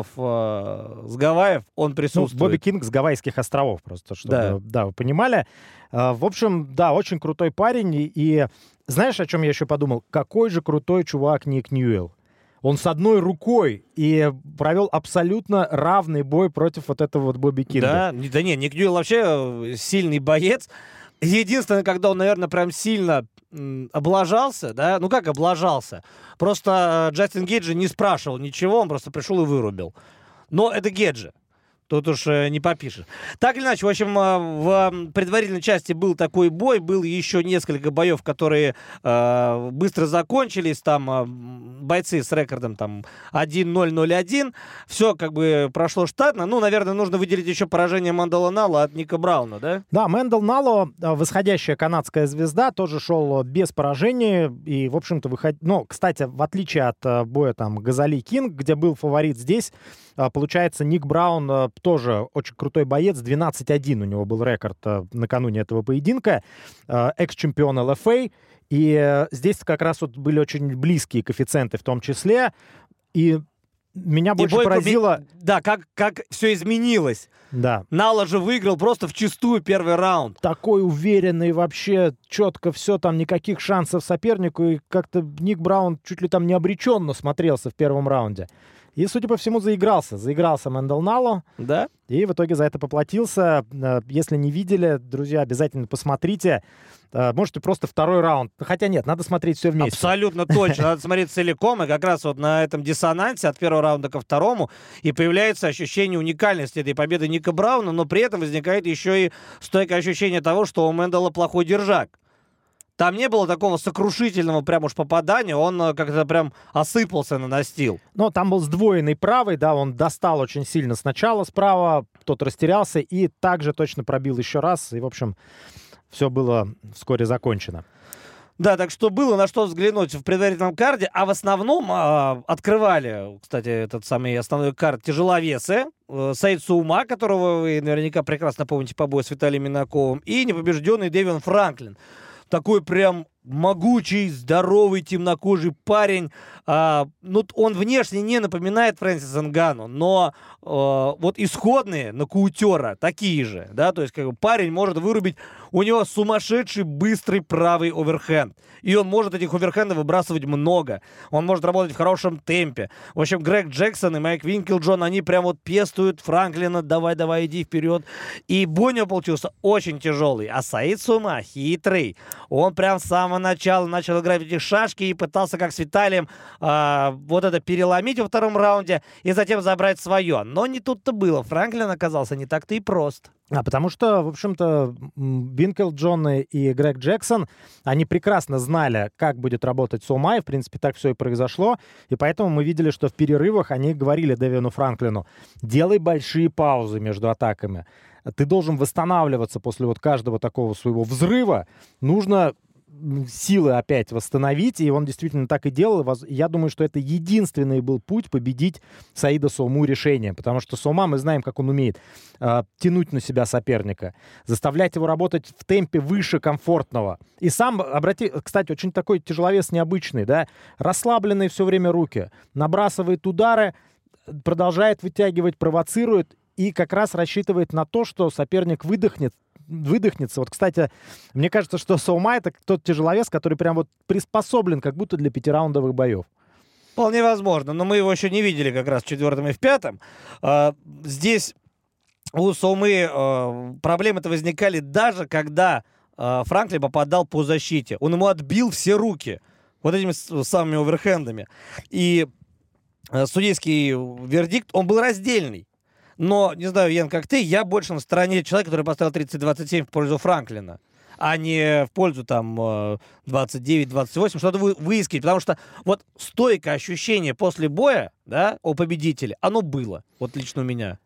Speaker 1: э, с Гавайев, он присутствует.
Speaker 2: Ну, Бобби Кинг с Гавайских островов, просто, чтобы да. Да, вы понимали. Э, в общем, да, очень крутой парень. И, и знаешь, о чем я еще подумал? Какой же крутой чувак Ник Ньюэлл. Он с одной рукой и провел абсолютно равный бой против вот этого вот Бобби Кинга.
Speaker 1: Да, да не, Ник Ньюэлл вообще сильный боец. Единственное, когда он, наверное, прям сильно м, облажался, да, ну как облажался, просто э, Джастин Гейджи не спрашивал ничего, он просто пришел и вырубил. Но это Гейджи. Тут уж э, не попишешь. Так или иначе, в общем, э, в предварительной части был такой бой, было еще несколько боев, которые э, быстро закончились, там э, бойцы с рекордом там один ноль ноль один, все как бы прошло штатно. Ну, наверное, нужно выделить еще поражение Мэндала Нало от Ника Брауна, да?
Speaker 2: Да, Мэндал Нало, восходящая канадская звезда, тоже шел без поражений и, в общем-то, выходил... Ну, кстати, в отличие от боя там Газали Кинг, где был фаворит, здесь, получается, Ник Браун тоже очень крутой боец, двенадцать один у него был рекорд накануне этого поединка, экс-чемпион эл эф эй, и здесь как раз вот были очень близкие коэффициенты в том числе, и меня больше и поразило...
Speaker 1: Да, как, как все изменилось.
Speaker 2: Да.
Speaker 1: Нало же выиграл просто вчистую первый раунд.
Speaker 2: Такой уверенный, вообще четко все, там никаких шансов сопернику, и как-то Ник Браун чуть ли там не обреченно смотрелся в первом раунде. И, судя по всему, заигрался. Заигрался Мэндал Нало.
Speaker 1: Да.
Speaker 2: И в итоге за это поплатился. Если не видели, друзья, обязательно посмотрите. Можете просто второй раунд. Хотя нет, надо смотреть все вместе.
Speaker 1: Абсолютно точно. Надо смотреть целиком. И как раз вот на этом диссонансе от первого раунда ко второму и появляется ощущение уникальности этой победы Ника Брауна, но при этом возникает еще и стойкое ощущение того, что у Мэндала плохой держак. Там не было такого сокрушительного прям уж попадания, он как-то прям осыпался на настил.
Speaker 2: Но там был сдвоенный правый, да, он достал очень сильно сначала справа, тот растерялся и также точно пробил еще раз, и, в общем, все было вскоре закончено.
Speaker 1: Да, так что было на что взглянуть в предварительном карде, а в основном э, открывали, кстати, этот самый основной кард тяжеловесы, э, Саид Суума, которого вы наверняка прекрасно помните по бою с Виталием Минаковым, и непобежденный Дэвин Франклин. Такой прям могучий, здоровый, темнокожий парень. А, ну, он внешне не напоминает Фрэнсиса Нгану, но а, вот исходные нокаутера такие же, да, то есть как бы парень может вырубить, у него сумасшедший быстрый правый оверхенд, и он может этих оверхендов выбрасывать много, он может работать в хорошем темпе. В общем, Грег Джексон и Майк Винкелджон, они прям вот пестуют Франклина, давай-давай, иди вперед, и бой у него получился очень тяжелый, а Саид Суума хитрый, он прям с самого начала начал играть в эти шашки и пытался, как с Виталием, э, вот это переломить во втором раунде и затем забрать свое. Но не тут-то было. Франклин оказался не так-то и прост.
Speaker 2: А потому что, в общем-то, Винкелджон и Грег Джексон, они прекрасно знали, как будет работать Суума, и, в принципе, так все и произошло. И поэтому мы видели, что в перерывах они говорили Дэвину Франклину: делай большие паузы между атаками. Ты должен восстанавливаться после вот каждого такого своего взрыва. Нужно силы опять восстановить, и он действительно так и делал. Я думаю, что это единственный был путь победить Саида Соуму решением, потому что Соума, мы знаем, как он умеет э, тянуть на себя соперника, заставлять его работать в темпе выше комфортного. И сам, обрати, кстати, очень такой тяжеловес необычный, да, расслабленные все время руки, набрасывает удары, продолжает вытягивать, провоцирует, и как раз рассчитывает на то, что соперник выдохнет, выдохнется. Вот, кстати, мне кажется, что Соума — это тот тяжеловес, который прям вот приспособлен как будто для пятираундовых боев.
Speaker 1: Вполне возможно, но мы его еще не видели как раз в четвертом и в пятом. А, здесь у Соумы а, проблемы-то возникали даже когда а, Франклин попадал по защите. Он ему отбил все руки вот этими самыми оверхендами. И а, судейский вердикт, он был раздельный. Но, не знаю, Ян, как ты, я больше на стороне человека, который поставил тридцать двадцать семь в пользу Франклина, а не в пользу там двадцать девять двадцать восемь, что-то вы, выискивать. Потому что вот стойкое ощущение после боя, да, о победителе, оно было. Вот лично у меня.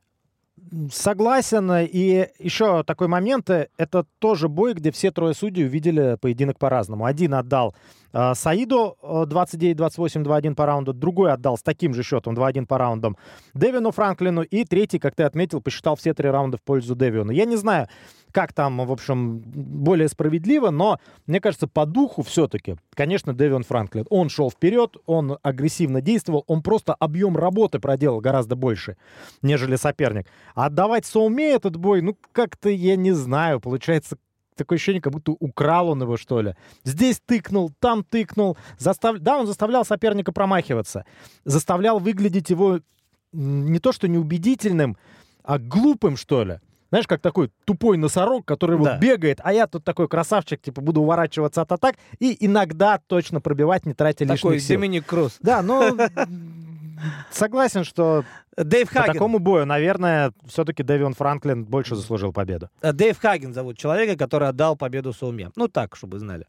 Speaker 2: Согласен. И еще такой момент. Это тоже бой, где все трое судей увидели поединок по-разному. Один отдал э, Саиду э, двадцать девять двадцать восемь два один по раунду, другой отдал с таким же счетом два один по раундам Девину Франклину, и третий, как ты отметил, посчитал все три раунда в пользу Девина. Я не знаю, как там, в общем, более справедливо, но, мне кажется, по духу все-таки, конечно, Девин Франклин. Он шел вперед, он агрессивно действовал, он просто объем работы проделал гораздо больше, нежели соперник. А отдавать Соуме этот бой, ну, как-то, я не знаю, получается, такое ощущение, как будто украл он его, что ли. Здесь тыкнул, там тыкнул. Застав... Да, он заставлял соперника промахиваться. Заставлял выглядеть его не то что неубедительным, а глупым, что ли. Знаешь, как такой тупой носорог, который вот да. бегает, а я тут такой красавчик, типа, буду уворачиваться от атак и иногда точно пробивать, не тратя лишних
Speaker 1: такой
Speaker 2: сил.
Speaker 1: Такой Доминик Круз.
Speaker 2: Да, но согласен, что
Speaker 1: Дэйв Хаген.
Speaker 2: По такому бою, наверное, все-таки Девин Франклин больше заслужил победу.
Speaker 1: Дэйв Хаген зовут человека, который отдал победу Соуме. Ну так, чтобы знали.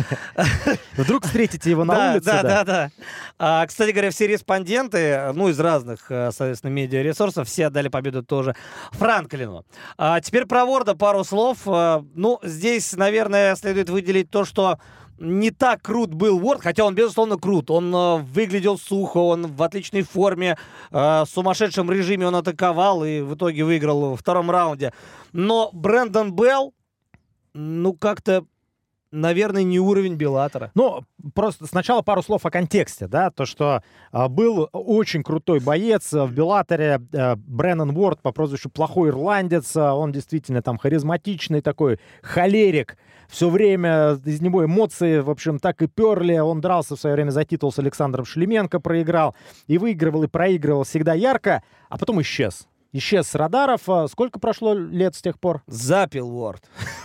Speaker 2: Вдруг встретите его на улице.
Speaker 1: Да, да, да. А, кстати говоря, все респонденты, ну, из разных, соответственно, медиаресурсов, все отдали победу тоже Франклину. А теперь про Ворда пару слов. Ну, здесь, наверное, следует выделить то, что не так крут был Ворд, хотя он, безусловно, крут. Он э, выглядел сухо, он в отличной форме, э, в сумасшедшем режиме он атаковал и в итоге выиграл во втором раунде. Но Брэндон Белл, ну, как-то, наверное, не уровень Беллатора.
Speaker 2: Ну, просто сначала пару слов о контексте, да, то, что э, был очень крутой боец в Беллаторе, э, Брэннон Уорд по прозвищу Плохой Ирландец, он действительно там харизматичный такой, холерик, все время из него эмоции, в общем, так и перли, он дрался в свое время за титул с Александром Шлеменко, проиграл, и выигрывал, и проигрывал всегда ярко, а потом исчез. Исчез с радаров. Сколько прошло лет с тех пор?
Speaker 1: Запил Уорд.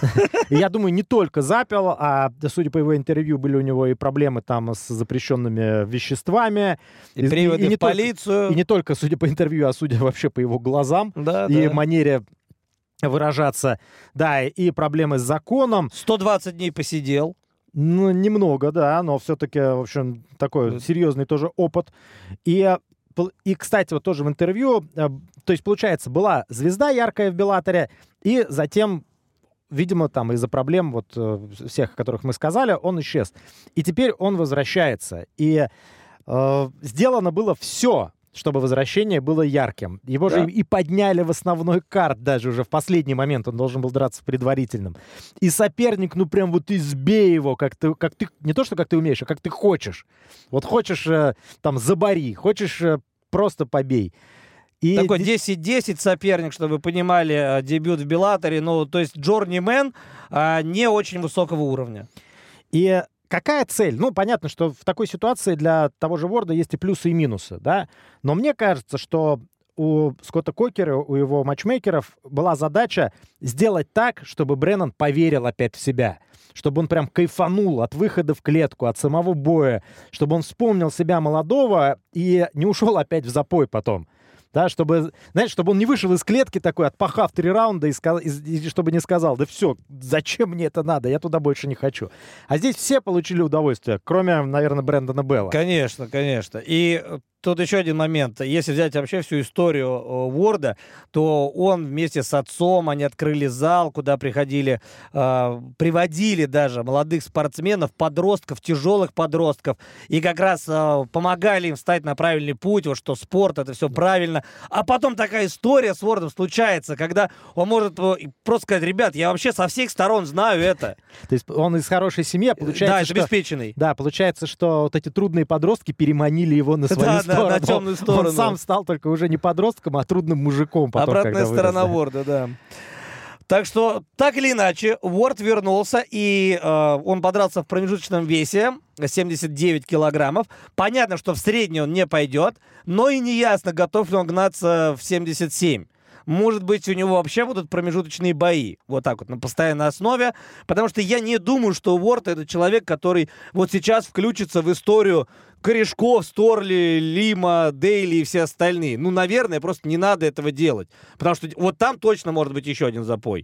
Speaker 2: Я думаю, не только запил, а, судя по его интервью, были у него и проблемы там с запрещенными веществами.
Speaker 1: И, и приводы
Speaker 2: и, и
Speaker 1: в полицию.
Speaker 2: Только, и не только, судя по интервью, а судя вообще по его глазам
Speaker 1: да,
Speaker 2: и
Speaker 1: да.
Speaker 2: манере выражаться. Да, и проблемы с законом.
Speaker 1: сто двадцать дней посидел.
Speaker 2: Ну, немного, да, но все-таки, в общем, такой да. серьезный тоже опыт. И... И, кстати, вот тоже в интервью, то есть, получается, была звезда яркая в Беллаторе, и затем, видимо, там из-за проблем вот всех, о которых мы сказали, он исчез. И теперь он возвращается. И э, сделано было все, чтобы возвращение было ярким. Его да. же и подняли в основной карт даже уже в последний момент. Он должен был драться в предварительном. И соперник, ну прям вот избей его, как ты, как ты, не то, что как ты умеешь, а как ты хочешь. Вот хочешь э, там забори, хочешь э, просто побей.
Speaker 1: И такой десять десять соперник, чтобы вы понимали, дебют в Беллаторе. Ну, то есть джорнимен а, не очень высокого уровня.
Speaker 2: И какая цель? Ну, понятно, что в такой ситуации для того же Ворда есть и плюсы, и минусы, да? Но мне кажется, что у Скотта Кокера, у его матчмейкеров была задача сделать так, чтобы Бреннан поверил опять в себя. Чтобы он прям кайфанул от выхода в клетку, от самого боя. Чтобы он вспомнил себя молодого и не ушел опять в запой потом. Да, чтобы, знаешь, чтобы он не вышел из клетки такой, отпахав три раунда, и, сказ... и чтобы не сказал, да все, зачем мне это надо, я туда больше не хочу. А здесь все получили удовольствие, кроме, наверное, Брэндона Белла.
Speaker 1: Конечно, конечно. И тут еще один момент. Если взять вообще всю историю Уорда, то он вместе с отцом, они открыли зал, куда приходили, э, приводили даже молодых спортсменов, подростков, тяжелых подростков, и как раз э, помогали им встать на правильный путь, вот что спорт, это все правильно. А потом такая история с Уордом случается, когда он может э, просто сказать: ребят, я вообще со всех сторон знаю это.
Speaker 2: То есть он из хорошей семьи, получается,
Speaker 1: да,
Speaker 2: что...
Speaker 1: обеспеченный.
Speaker 2: Да, получается, что вот эти трудные подростки переманили его на свою
Speaker 1: да,
Speaker 2: сторону.
Speaker 1: Да, на темную сторону.
Speaker 2: Он сам стал только уже не подростком, а трудным мужиком потом,
Speaker 1: обратная
Speaker 2: когда
Speaker 1: сторона
Speaker 2: вырос,
Speaker 1: Уорда, да. Так что, так или иначе, Уорд вернулся, и э, он подрался в промежуточном весе семьдесят девять килограммов. Понятно, что в средний он не пойдет, но и неясно, готов ли он гнаться в семьдесят семь. Может быть, у него вообще будут промежуточные бои. Вот так вот, на постоянной основе. Потому что я не думаю, что Уорд — это человек, который вот сейчас включится в историю Корешков, Сторли, Лима, Дейли и все остальные. Ну, наверное, просто не надо этого делать. Потому что вот там точно может быть еще один запой.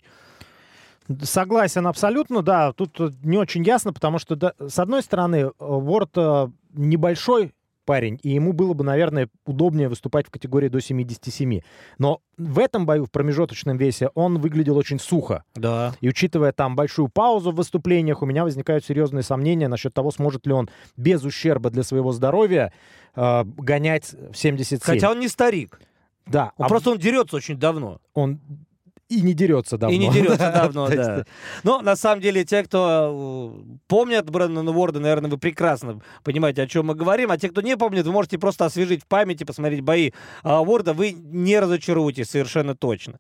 Speaker 2: Согласен абсолютно, да. Тут не очень ясно, потому что, да, с одной стороны, Уорд небольшой парень, и ему было бы, наверное, удобнее выступать в категории до семидесяти семи. Но в этом бою, в промежуточном весе, он выглядел очень сухо.
Speaker 1: Да.
Speaker 2: И учитывая там большую паузу в выступлениях, у меня возникают серьезные сомнения насчет того, сможет ли он без ущерба для своего здоровья э, гонять в семьдесят семь.
Speaker 1: Хотя он не старик.
Speaker 2: Да.
Speaker 1: Он а просто он дерется очень давно.
Speaker 2: Он... И не дерется давно.
Speaker 1: И не дерется давно, да. Но, на самом деле, те, кто помнят Брэндона Уорда, наверное, вы прекрасно понимаете, о чем мы говорим. А те, кто не помнит, вы можете просто освежить в памяти, посмотреть бои Уорда. Вы не разочаруетесь совершенно точно.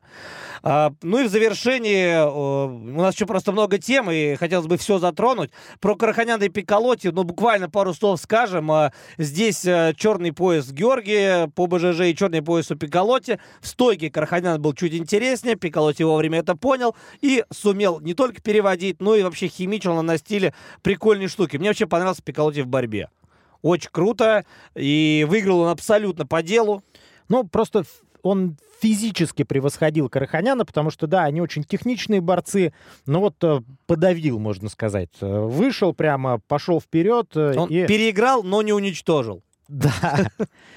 Speaker 1: Ну и в завершении у нас еще просто много тем, и хотелось бы все затронуть. Про Караханяна и Пикколотти, ну, буквально пару слов скажем. Здесь черный пояс Георгия по БЖЖ и черный пояс у Пикколотти. В стойке Караханян был чуть интереснее. Пикколотти вовремя это понял и сумел не только переводить, но и вообще химичил на стиле прикольные штуки. Мне вообще понравился Пикколотти в борьбе. Очень круто. И выиграл он абсолютно по делу.
Speaker 2: Ну, просто он физически превосходил Караханяна, потому что, да, они очень техничные борцы, но вот подавил, можно сказать. Вышел прямо, пошел вперед.
Speaker 1: Он
Speaker 2: и...
Speaker 1: переиграл, но не уничтожил.
Speaker 2: Да.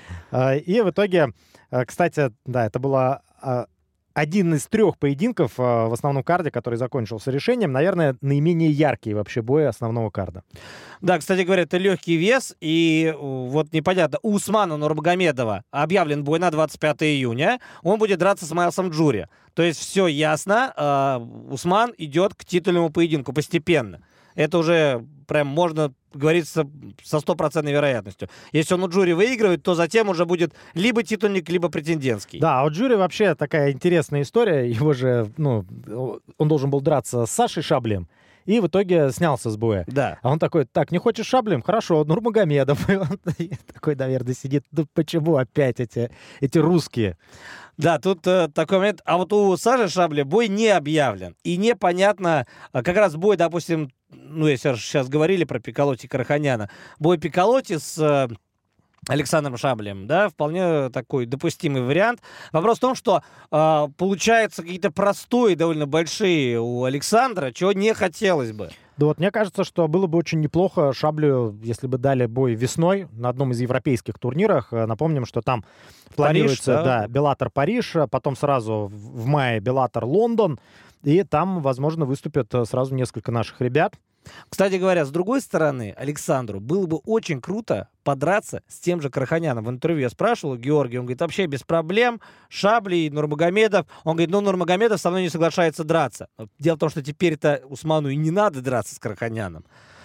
Speaker 2: И в итоге, кстати, да, это было... один из трех поединков в основном карде, который закончился решением, наверное, наименее яркий вообще бой основного карда.
Speaker 1: Да, кстати говоря, это легкий вес, и вот непонятно, у Усмана Нурмагомедова объявлен бой на двадцать пятое июня, он будет драться с Майлсом Джури. То есть все ясно, э, Усман идет к титульному поединку постепенно. Это уже прям можно говорить со стопроцентной вероятностью. Если он у Джури выигрывает, то затем уже будет либо титульник, либо претендентский.
Speaker 2: Да, а у Джури вообще такая интересная история. Его же, ну, он должен был драться с Сашей Шаблем, и в итоге снялся с боя.
Speaker 1: Да.
Speaker 2: А он такой: так, не хочешь Шаблем? Хорошо, Нурмагомедов. И он такой, наверное, сидит: ну почему опять эти, эти русские?
Speaker 1: Да, тут э, такой момент. А вот у Саши Шабля бой не объявлен. И непонятно, как раз бой, допустим, ну, если сейчас говорили про Пикколотти и Караханяна, бой Пикколотти с э, Александром Шаблем, да, вполне такой допустимый вариант. Вопрос в том, что э, получаются какие-то простые, довольно большие у Александра, чего не хотелось бы.
Speaker 2: Да вот, мне кажется, что было бы очень неплохо Шаблю, если бы дали бой весной на одном из европейских турнирах. Напомним, что там планируется,
Speaker 1: Париж, да?
Speaker 2: Да, Беллатор Париж, потом сразу в мае Беллатор Лондон, и там, возможно, выступят сразу несколько наших ребят.
Speaker 1: Кстати говоря, с другой стороны, Александру было бы очень круто подраться с тем же Караханяном. В интервью я спрашивал Георгий, он говорит, вообще без проблем, Шабли и Нурмагомедов. Он говорит, ну, Нурмагомедов со мной не соглашается драться. Дело в том, что теперь-то Усману и не надо драться с Караханяном.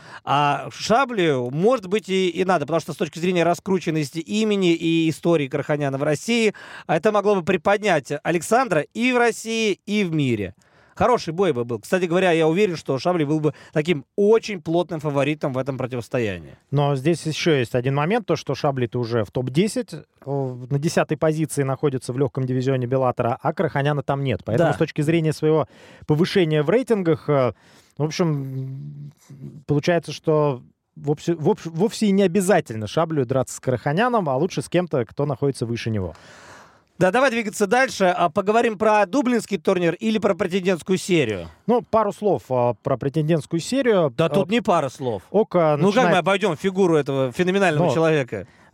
Speaker 1: А Шаблю, может быть, и, и надо, потому что с точки зрения раскрученности имени и истории Караханяна в России, это могло бы приподнять Александра и в России, и в мире. Хороший бой бы был. Кстати говоря, я уверен, что Шабли был бы таким очень плотным фаворитом в этом противостоянии.
Speaker 2: Но здесь еще есть один момент, то, что Шабли-то уже в топ десять, на десятой позиции находится в легком дивизионе Беллатора, а Караханяна там нет. Поэтому
Speaker 1: Да.
Speaker 2: с точки зрения своего повышения в рейтингах, в общем, получается, что вовсе, вовсе, вовсе и не обязательно Шаблю драться с Караханяном, а лучше с кем-то, кто находится выше него.
Speaker 1: Да, давай двигаться дальше. А поговорим про дублинский турнир или про претендентскую серию?
Speaker 2: Ну, пару слов а, про претендентскую серию.
Speaker 1: Да тут не пара слов.
Speaker 2: Ока
Speaker 1: Ну
Speaker 2: начинает...
Speaker 1: как мы обойдем фигуру этого феноменального
Speaker 2: Но...
Speaker 1: человека?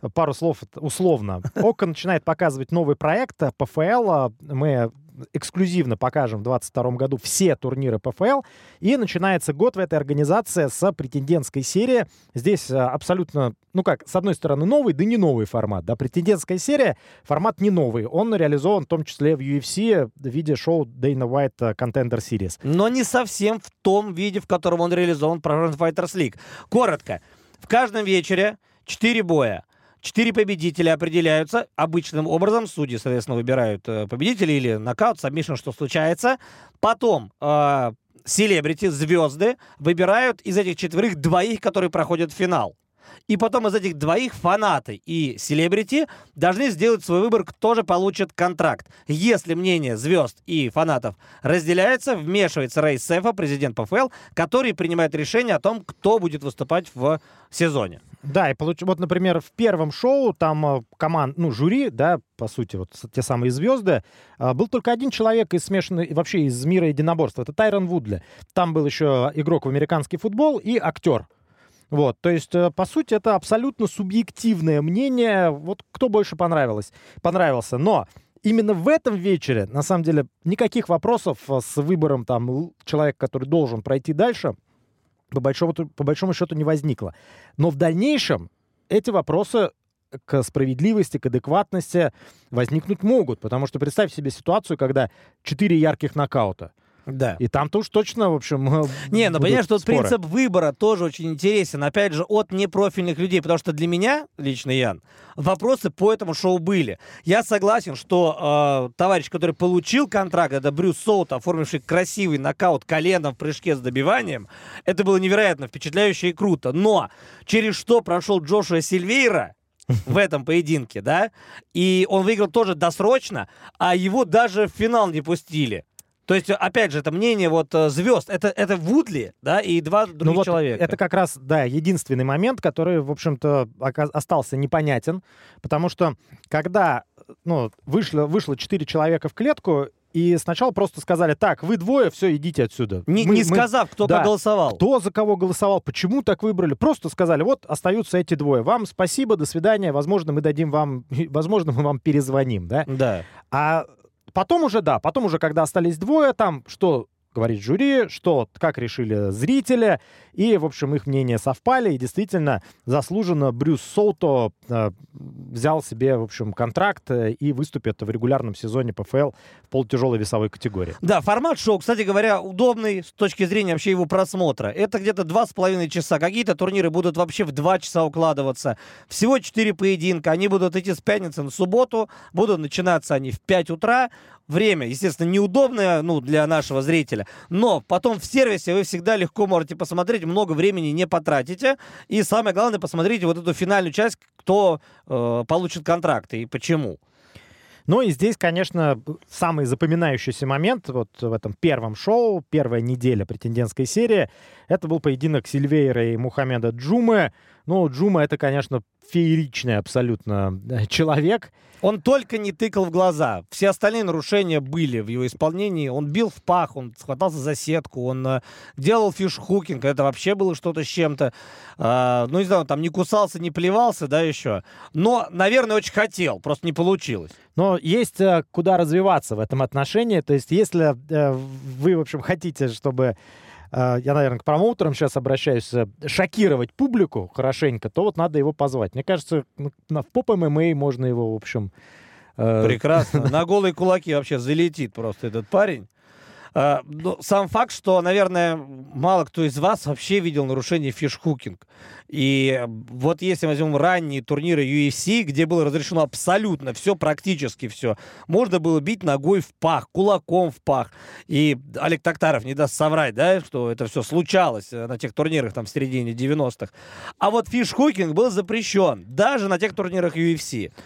Speaker 2: пару слов условно. ОККО начинает показывать новый проект ПФЛ. Мы эксклюзивно покажем в двадцать втором году все турниры ПФЛ. И начинается год в этой организации с претендентской серии. Здесь абсолютно, ну как, с одной стороны новый, да не новый формат. Да, претендентская серия, формат не новый. Он реализован в том числе в ю эф си в виде шоу Dana White Contender Series.
Speaker 1: Но не совсем в том виде, в котором он реализован в Pro Fighters League. Коротко. В каждом вечере четыре боя. Четыре победителя определяются обычным образом. Судьи, соответственно, выбирают э, победителей или нокаут, сабмишн, что случается. Потом э, селебрити, звезды, выбирают из этих четверых двоих, которые проходят в финал. И потом из этих двоих фанаты и селебрити должны сделать свой выбор, кто же получит контракт. Если мнение звезд и фанатов разделяется, вмешивается Рэй Сефа, президент ПФЛ, который принимает решение о том, кто будет выступать в сезоне.
Speaker 2: Да, и получ... вот, например, в первом шоу там команд, ну, жюри, да, по сути, вот те самые звезды, был только один человек из смешанной, вообще из мира единоборств. Это Тайрон Вудли. Там был еще игрок в американский футбол и актер. Вот, то есть, по сути, это абсолютно субъективное мнение, вот кто больше понравилось, понравился. Но именно в этом вечере, на самом деле, никаких вопросов с выбором там человека, который должен пройти дальше, по большому, по большому счету не возникло. Но в дальнейшем эти вопросы к справедливости, к адекватности возникнуть могут. Потому что представь себе ситуацию, когда четыре ярких нокаута.
Speaker 1: Да.
Speaker 2: И там-то уж точно, в общем,
Speaker 1: Не, ну понимаешь, тут
Speaker 2: споры.
Speaker 1: принцип выбора тоже очень интересен, опять же, от непрофильных людей, потому что для меня, лично Ян, вопросы по этому шоу были. Я согласен, что э, товарищ, который получил контракт, это Брюс Соут, оформивший красивый нокаут коленом в прыжке с добиванием, это было невероятно впечатляюще и круто. Но через что прошел Джошуа Сильвейра в этом поединке, да, и он выиграл тоже досрочно, а его даже в финал не пустили. То есть, опять же, это мнение вот звезд. Это, это Вудли, да, и два других
Speaker 2: ну вот
Speaker 1: человека.
Speaker 2: Это как раз, да, единственный момент, который, в общем-то, остался непонятен. Потому что, когда ну, вышло, вышло четыре человека в клетку, и сначала просто сказали, так, вы двое, все, идите отсюда.
Speaker 1: Не,
Speaker 2: мы,
Speaker 1: не сказав,
Speaker 2: мы,
Speaker 1: кто
Speaker 2: да,
Speaker 1: как голосовал.
Speaker 2: Кто за кого голосовал, почему так выбрали. Просто сказали, вот, остаются эти двое. Вам спасибо, до свидания. Возможно, мы дадим вам, возможно, мы вам перезвоним, да?
Speaker 1: Да.
Speaker 2: А потом уже, да, потом уже, когда остались двое, там, что говорит жюри, что, как решили зрители, и, в общем, их мнения совпали, и действительно заслуженно Брюс Соуто э, взял себе, в общем, контракт э, и выступит в регулярном сезоне ПФЛ в полутяжелой весовой категории.
Speaker 1: Да, формат шоу, кстати говоря, удобный с точки зрения вообще его просмотра. Это где-то два с половиной часа. Какие-то турниры будут вообще в два часа укладываться. Всего четыре поединка. Они будут идти с пятницы на субботу. Будут начинаться они в пять утра. Время, естественно, неудобное, ну, для нашего зрителя, но потом в сервисе вы всегда легко можете посмотреть, много времени не потратите, и самое главное, посмотрите вот эту финальную часть, кто э, получит контракты и почему.
Speaker 2: Ну и здесь, конечно, самый запоминающийся момент вот в этом первом шоу, первая неделя претендентской серии, это был поединок Сильвейра и Мухаммеда Джумы. Ну, Джума — это, конечно, фееричный абсолютно человек.
Speaker 1: Он только не тыкал в глаза. Все остальные нарушения были в его исполнении. Он бил в пах, он схватался за сетку, он э, делал фишхукинг. Это вообще было что-то с чем-то. Э, ну, не знаю, он там не кусался, не плевался, да, еще. Но, наверное, очень хотел, просто не получилось.
Speaker 2: Но есть э, куда развиваться в этом отношении. То есть если э, вы, в общем, хотите, чтобы... я, наверное, к промоутерам сейчас обращаюсь, шокировать публику хорошенько, то вот надо его позвать. Мне кажется, в поп-ММА можно его, в общем...
Speaker 1: Э... Прекрасно. На голые кулаки вообще залетит просто этот парень. Uh, ну, сам факт, что, наверное, мало кто из вас вообще видел нарушение фишхукинг. И вот если возьмем ранние турниры ю эф си, где было разрешено абсолютно все, практически все, можно было бить ногой в пах, кулаком в пах. И Олег Токтаров не даст соврать, да, что это все случалось на тех турнирах там в середине девяностых. А вот фишхукинг был запрещен даже на тех турнирах ю эф си.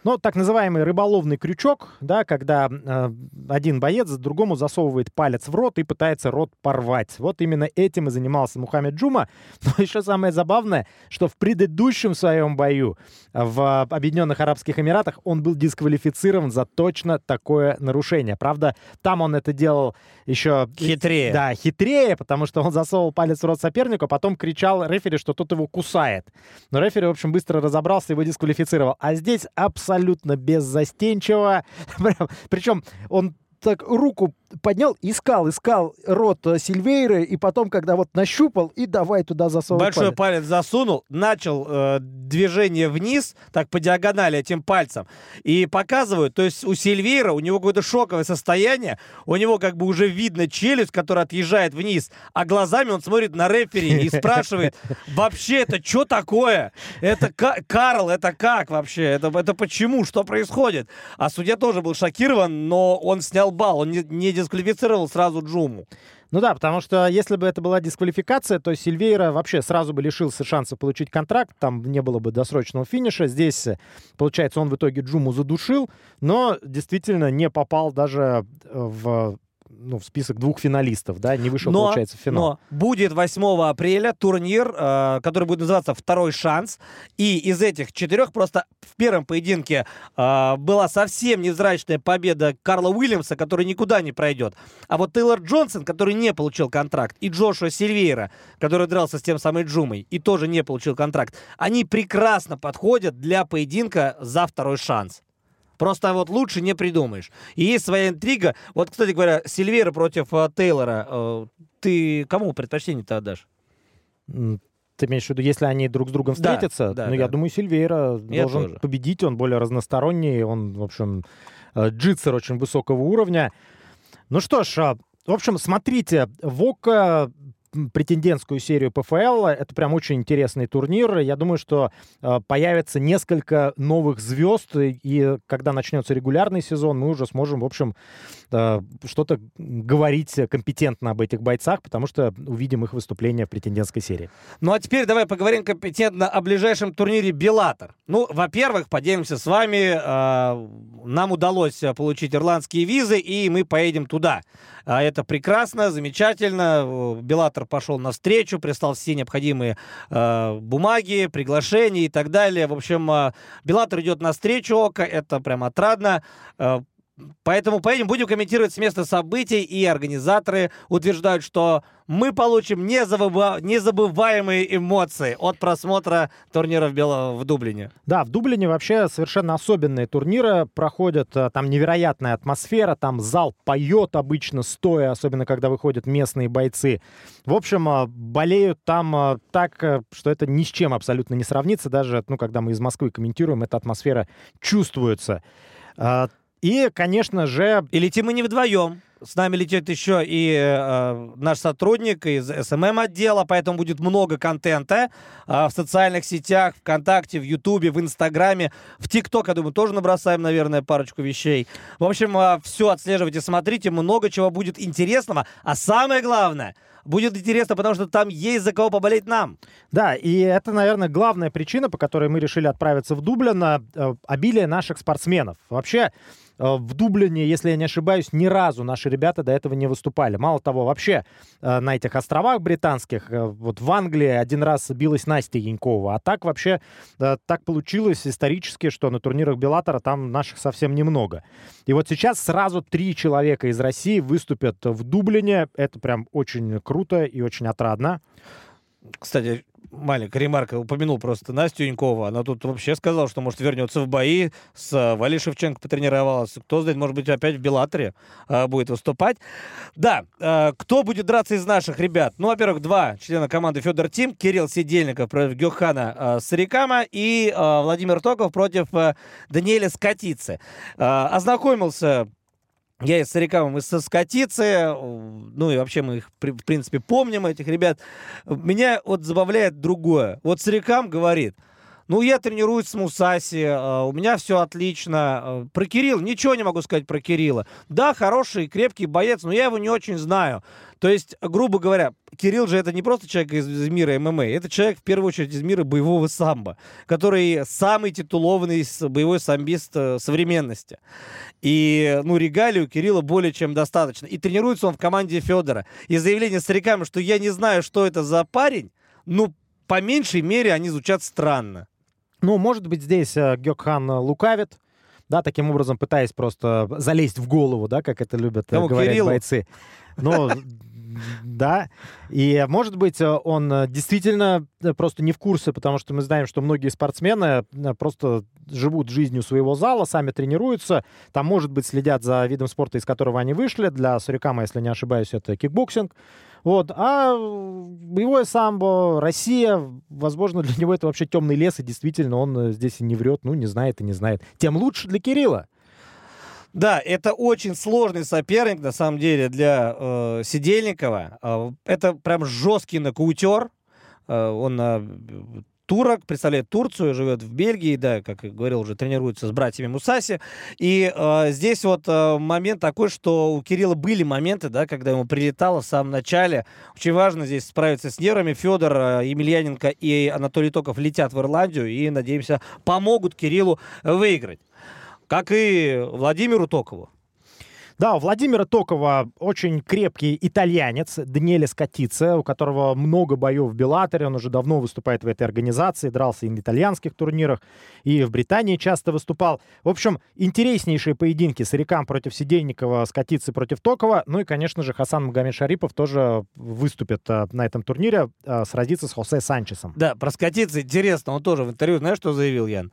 Speaker 2: Ну, так называемый рыболовный крючок, да, когда э, один боец другому засовывает палец в рот и пытается рот порвать. Вот именно этим и занимался Мухаммед Джума. Но еще самое забавное, что в предыдущем своем бою в Объединенных Арабских Эмиратах он был дисквалифицирован за точно такое нарушение. Правда, там он это делал еще...
Speaker 1: Хитрее.
Speaker 2: Да, хитрее, потому что он засовывал палец в рот сопернику, а потом кричал рефери, что тот его кусает. Но рефери, в общем, быстро разобрался и его дисквалифицировал. А здесь абсолютно абсолютно беззастенчиво. Причем он так руку поднял, искал, искал рот Сильвейры, и потом, когда вот нащупал, и давай туда засовывать
Speaker 1: Большой
Speaker 2: палец.
Speaker 1: палец засунул, начал э, движение вниз, так по диагонали этим пальцем, и показывают, то есть у Сильвейра, у него какое-то шоковое состояние, у него как бы уже видно челюсть, которая отъезжает вниз, а глазами он смотрит на рефери и спрашивает, вообще это что такое? Это Карл, это как вообще? Это, это почему? Что происходит? А судья тоже был шокирован, но он снял балл, он не, не дисквалифицировал сразу Джуму.
Speaker 2: Ну да, потому что если бы это была дисквалификация, то Сильвейра вообще сразу бы лишился шанса получить контракт, там не было бы досрочного финиша. Здесь, получается, он в итоге Джуму задушил, но действительно не попал даже в... ну, в список двух финалистов, да, не вышел,
Speaker 1: но,
Speaker 2: получается, в финал.
Speaker 1: Но будет восьмого апреля турнир, э, который будет называться «Второй шанс», и из этих четырех просто в первом поединке э, была совсем невзрачная победа Карла Уильямса, который никуда не пройдет. А вот Тейлор Джонсон, который не получил контракт, и Джошуа Сильвейра, который дрался с тем самым Джумой и тоже не получил контракт, они прекрасно подходят для поединка за второй шанс. Просто вот лучше не придумаешь. И есть своя интрига. Вот, кстати говоря, Сильвейра против э, Тейлора. Э, ты кому предпочтение-то отдашь?
Speaker 2: Ты имеешь в виду, если они друг с другом встретятся?
Speaker 1: Да, да,
Speaker 2: ну,
Speaker 1: да.
Speaker 2: я думаю, Сильвейра
Speaker 1: Я
Speaker 2: должен
Speaker 1: тоже.
Speaker 2: победить. Он более разносторонний. Он, в общем, джитсер очень высокого уровня. Ну что ж, в общем, смотрите. ВОКа... претендентскую серию ПФЛ. Это прям очень интересный турнир. Я думаю, что э, появится несколько новых звезд, и, и когда начнется регулярный сезон, мы уже сможем, в общем, э, что-то говорить компетентно об этих бойцах, потому что увидим их выступления в претендентской серии.
Speaker 1: Ну, а теперь давай поговорим компетентно о ближайшем турнире «Беллатор». Ну, во-первых, поделимся с вами. Э, нам удалось получить ирландские визы, и мы поедем туда. А это прекрасно, замечательно. «Беллатор» пошел навстречу, прислал все необходимые э, бумаги, приглашения и так далее. В общем, э, «Беллатор» идет навстречу ОКА, это прям отрадно. Э, Поэтому поедем, будем комментировать с места событий, и организаторы утверждают, что мы получим незабыва... незабываемые эмоции от просмотра турнира в, Бел... в Дублине.
Speaker 2: Да, в Дублине вообще совершенно особенные турниры проходят, там невероятная атмосфера, там зал поет обычно стоя, особенно когда выходят местные бойцы. В общем, болеют там так, что это ни с чем абсолютно не сравнится, даже, ну, когда мы из Москвы комментируем, эта атмосфера чувствуется. И, конечно же...
Speaker 1: И летим мы не вдвоем. С нами летит еще и э, наш сотрудник из эс эм эм-отдела, поэтому будет много контента э, в социальных сетях, ВКонтакте, в Ютубе, в Инстаграме, в ТикТок, я думаю, тоже набросаем, наверное, парочку вещей. В общем, э, все отслеживайте, смотрите, много чего будет интересного. А самое главное, будет интересно, потому что там есть за кого поболеть нам.
Speaker 2: Да, и это, наверное, главная причина, по которой мы решили отправиться в Дублин, э, обилие наших спортсменов. Вообще, в Дублине, если я не ошибаюсь, ни разу наши ребята до этого не выступали. Мало того, вообще на этих островах британских, вот в Англии один раз билась Настя Янькова, а так вообще так получилось исторически, что на турнирах Беллатора там наших совсем немного. И вот сейчас сразу три человека из России выступят в Дублине. Это прям очень круто и очень отрадно.
Speaker 1: Кстати, маленькая ремарка, упомянул просто Настю Янькову. Она тут вообще сказала, что, может, вернется в бои. С Валей Шевченко потренировалась. Кто знает, может быть, опять в Беллаторе э, будет выступать. Да, э, кто будет драться из наших ребят? Ну, во-первых, два члена команды Федор Тим. Кирилл Сидельников против Гёхана э, Сарикама и э, Владимир Токов против э, Даниэля Скотицы. Э, ознакомился... Я и с Сарикамом, и со Скотицы, ну и вообще мы их, в принципе, помним, этих ребят. Меня вот забавляет другое. Вот Сарикам говорит, Ну, я тренируюсь с Мусаси, э, у меня все отлично. Э, про Кирилла ничего не могу сказать про Кирилла. Да, хороший, крепкий боец, но я его не очень знаю. То есть, грубо говоря, Кирилл же это не просто человек из, из мира ММА, это человек, в первую очередь, из мира боевого самбо, который самый титулованный боевой самбист э, современности. И, ну, регалий у Кирилла более чем достаточно. И тренируется он в команде Федора. И заявление старикам, что я не знаю, что это за парень, ну, по меньшей мере, они звучат странно.
Speaker 2: Ну, может быть, здесь э, Гёкхан лукавит, да, таким образом пытаясь просто залезть в голову, да, как это любят э, говорить
Speaker 1: Кириллу?
Speaker 2: бойцы. Ну, да. И, может быть, он действительно просто не в курсе, потому что мы знаем, что многие спортсмены просто живут жизнью своего зала, сами тренируются, там, может быть, следят за видом спорта, из которого они вышли. Для Сурикама, если не ошибаюсь, это кикбоксинг. Вот. А боевое самбо, Россия, возможно, для него это вообще темный лес, и действительно он здесь и не врет, ну, не знает и не знает. Тем лучше для Кирилла.
Speaker 1: Да, это очень сложный соперник, на самом деле, для э, Сидельникова. Э, это прям жесткий нокаутер. Э, он э, турок, представляет Турцию, живет в Бельгии, да, как я говорил, уже тренируется с братьями Мусаси. И э, здесь вот э, момент такой, что у Кирилла были моменты, да, когда ему прилетало в самом начале. Очень важно здесь справиться с нервами. Федор э, Емельяненко и Анатолий Токов летят в Ирландию и, надеемся, помогут Кириллу выиграть. Как и Владимиру Токову.
Speaker 2: Да, у Владимира Токова очень крепкий итальянец Даниэле Скотице, у которого много боев в Беллаторе. Он уже давно выступает в этой организации, дрался и на итальянских турнирах, и в Британии часто выступал. В общем, интереснейшие поединки Сарикам против Сидельникова, Скотице против Токова. Ну и, конечно же, Хасан Магомед-Шарипов тоже выступит а, на этом турнире, а, сразится с Хосе Санчесом.
Speaker 1: Да, про Скотице интересно. Он тоже в интервью, знаешь, что заявил, Ян?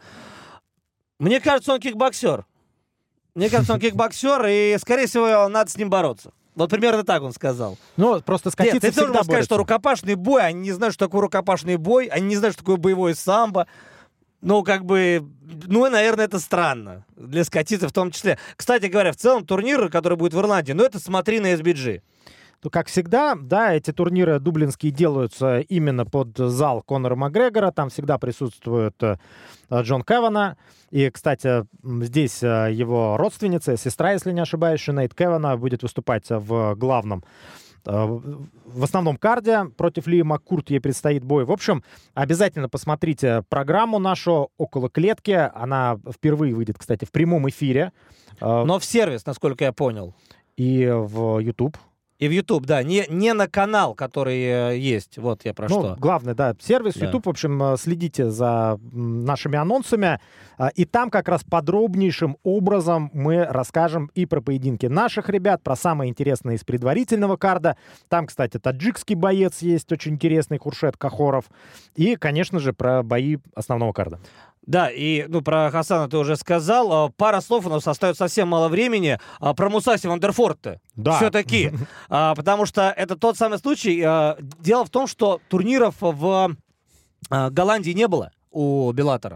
Speaker 1: Мне кажется, он кикбоксер. Мне кажется, он кикбоксер, и, скорее всего, надо с ним бороться. Вот примерно так он сказал.
Speaker 2: Ну, просто Скотице
Speaker 1: Нет, ты тоже можешь сказать,
Speaker 2: борется.
Speaker 1: что рукопашный бой, они не знают, что такое рукопашный бой, они не знают, что такое боевое самбо. Ну, как бы, ну, наверное, это странно. Для Скотице в том числе. Кстати говоря, в целом турнир, который будет в Ирландии, ну, это смотри на эс би джи.
Speaker 2: Ну, как всегда, да, эти турниры дублинские делаются именно под зал Конора Макгрегора. Там всегда присутствует э, Джон Кевана. И, кстати, здесь э, его родственница, сестра, если не ошибаюсь, Шинейд Кевана, будет выступать в главном, э, в основном карде. Против Лии Маккурт ей предстоит бой. В общем, обязательно посмотрите программу нашу «Около клетки». Она впервые выйдет, кстати, в прямом эфире. Э,
Speaker 1: Но в сервис, насколько я понял.
Speaker 2: И в YouTube.
Speaker 1: И в YouTube, да, не, не на канал, который э, есть. Вот я про
Speaker 2: ну,
Speaker 1: что.
Speaker 2: Главное, да, сервис
Speaker 1: Да.
Speaker 2: YouTube. В общем, следите за нашими анонсами. И там как раз подробнейшим образом мы расскажем и про поединки наших ребят, про самое интересное из предварительного карда. Там, кстати, таджикский боец есть, очень интересный, Хуршед Кахоров. И, конечно же, про бои основного карда.
Speaker 1: Да, и ну про Хасана ты уже сказал. Пара слов, у нас остается совсем мало времени. Про Мусаси Вандерфорта.
Speaker 2: Да.
Speaker 1: Все-таки. Потому что это тот самый случай. Дело в том, что турниров в Голландии не было у Беллатора.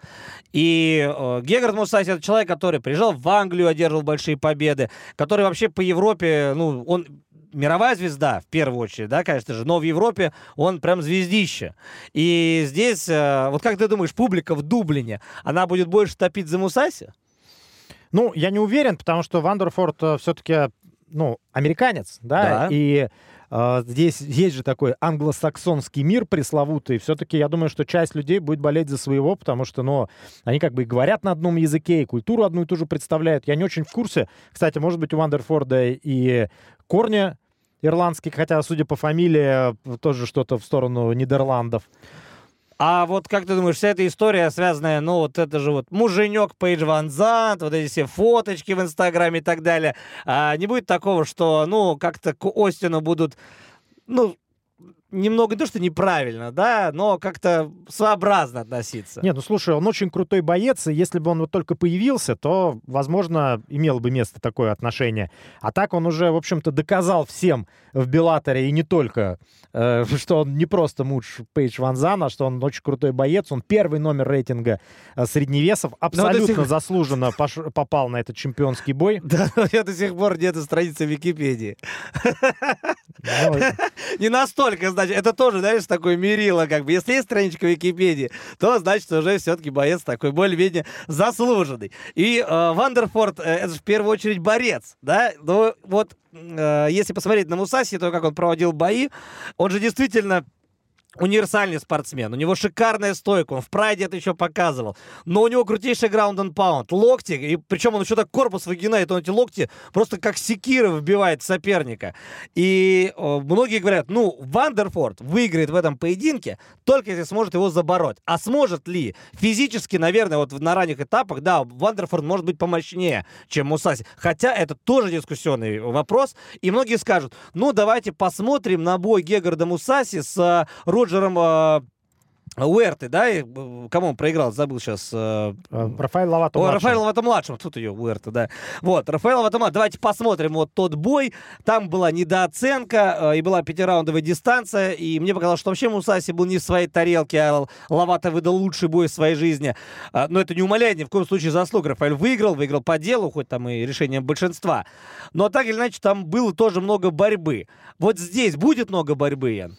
Speaker 1: И э, Геград Мусаси — это человек, который приезжал в Англию, одерживал большие победы, который вообще по Европе, ну, он мировая звезда, в первую очередь, да, конечно же, но в Европе он прям звездище. И здесь, э, вот как ты думаешь, публика в Дублине, она будет больше топить за Мусаси?
Speaker 2: Ну, я не уверен, потому что Вандерфорт э, все-таки, ну, американец, да,
Speaker 1: Да.
Speaker 2: и э, здесь есть же такой англосаксонский мир пресловутый. Все-таки я думаю, что часть людей будет болеть за своего, потому что, ну, они как бы и говорят на одном языке, и культуру одну и ту же представляют. Я не очень в курсе. Кстати, может быть, у Вандерфорда и корни ирландские, хотя, судя по фамилии, тоже что-то в сторону Нидерландов.
Speaker 1: А вот как ты думаешь, вся эта история, связанная, ну, вот это же вот муженек Пейдж Ван Зант, вот эти все фоточки в Инстаграме и так далее, а не будет такого, что, ну, как-то к Остину будут, ну, немного не то, что неправильно, да, но как-то своеобразно относиться?
Speaker 2: Нет, ну слушай, он очень крутой боец, и если бы он вот только появился, то, возможно, имело бы место такое отношение. А так он уже, в общем-то, доказал всем в Беллаторе, и не только, э, что он не просто муж Пейдж Ван Зана, что он очень крутой боец, он первый номер рейтинга э, средневесов, абсолютно
Speaker 1: сих...
Speaker 2: заслуженно пош- попал на этот чемпионский бой.
Speaker 1: Да, я до сих пор нет страницы в Википедии.
Speaker 2: Ну,
Speaker 1: Не настолько, значит, это тоже, знаешь, такое мерило, как бы. Если есть страничка Википедии, то, значит, уже все-таки боец такой более-менее заслуженный. И э, Вандерфорд, э, это же в первую очередь борец, да? Ну, вот, э, если посмотреть на Мусаси, то, как он проводил бои, он же действительно универсальный спортсмен. У него шикарная стойка. Он в прайде это еще показывал. Но у него крутейший граунд and паунд. Локти. И причем он еще так корпус выгинает. Он эти локти просто как секира вбивает в соперника. И о, многие говорят, ну, Вандерфорд выиграет в этом поединке только если сможет его забороть. А сможет ли? Физически, наверное, вот на ранних этапах, да, Вандерфорд может быть помощнее, чем Мусаси. Хотя это тоже дискуссионный вопрос. И многие скажут, ну, давайте посмотрим на бой Гегарда Мусаси с Роджером э, Уэрты, да, и, кому он проиграл, забыл сейчас. Э,
Speaker 2: Рафаэль Ловато-младший.
Speaker 1: О, Рафаэль Ловато-младший, тут ее, Уэрта, да. Вот, Рафаэль Ловато-младший. Давайте посмотрим вот тот бой. Там была недооценка, э, и была пятираундовая дистанция, и мне показалось, что вообще Мусаси был не в своей тарелке, а Ловато выдал лучший бой в своей жизни. Э, но это не умаляет ни в коем случае заслуг. Рафаэль выиграл, выиграл по делу, хоть там и решением большинства. Но так или иначе, там было тоже много борьбы. Вот здесь будет много борьбы, Ян?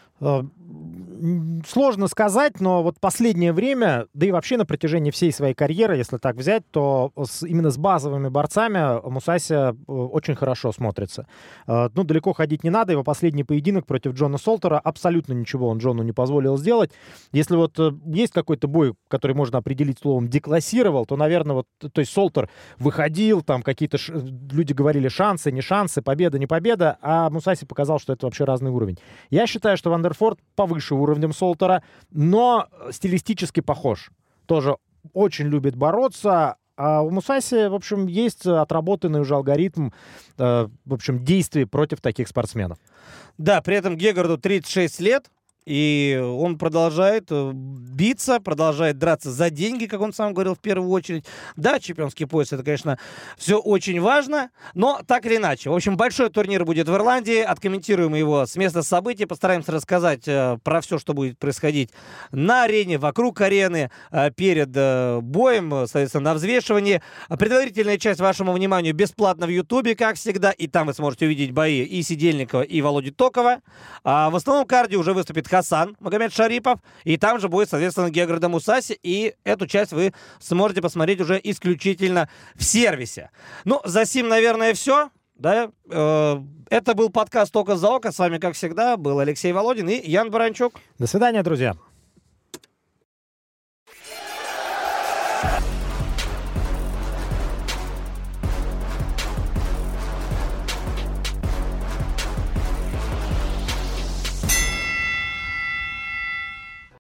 Speaker 2: Сложно сказать, но вот последнее время, да и вообще на протяжении всей своей карьеры, если так взять, то с, именно с базовыми борцами Мусаси очень хорошо смотрится. Ну, далеко ходить не надо. Его последний поединок против Джона Солтера абсолютно ничего он Джону не позволил сделать. Если вот есть какой-то бой, который можно определить словом «деклассировал», то, наверное, вот, то есть Солтер выходил, там какие-то ш... люди говорили шансы, не шансы, победа, не победа, а Мусаси показал, что это вообще разный уровень. Я считаю, что Вандерфорд повыше уровнем Солтера, но стилистически похож. Тоже очень любит бороться. А у Мусаси, в общем, есть отработанный уже алгоритм, э, в общем, действий против таких спортсменов.
Speaker 1: Да, при этом Гегарду тридцать шесть лет. И он продолжает биться, продолжает драться за деньги, как он сам говорил в первую очередь. Да, чемпионский пояс, это, конечно, все очень важно, но так или иначе. В общем, большой турнир будет в Ирландии, откомментируем его с места событий, постараемся рассказать э, про все, что будет происходить на арене, вокруг арены, э, перед э, боем, соответственно, на взвешивании. Предварительная часть вашему вниманию бесплатно в Ютубе, как всегда, и там вы сможете увидеть бои и Сидельникова, и Володи Токова. А в основном карде уже выступит Хасан Магомед-Шарипов, и там же будет, соответственно, Гегарда Мусаси, и эту часть вы сможете посмотреть уже исключительно в сервисе. Ну, за сим, наверное, все. Да? Это был подкаст «Око за око». С вами, как всегда, был Алексей Володин и Ян Баранчук.
Speaker 2: До свидания, друзья.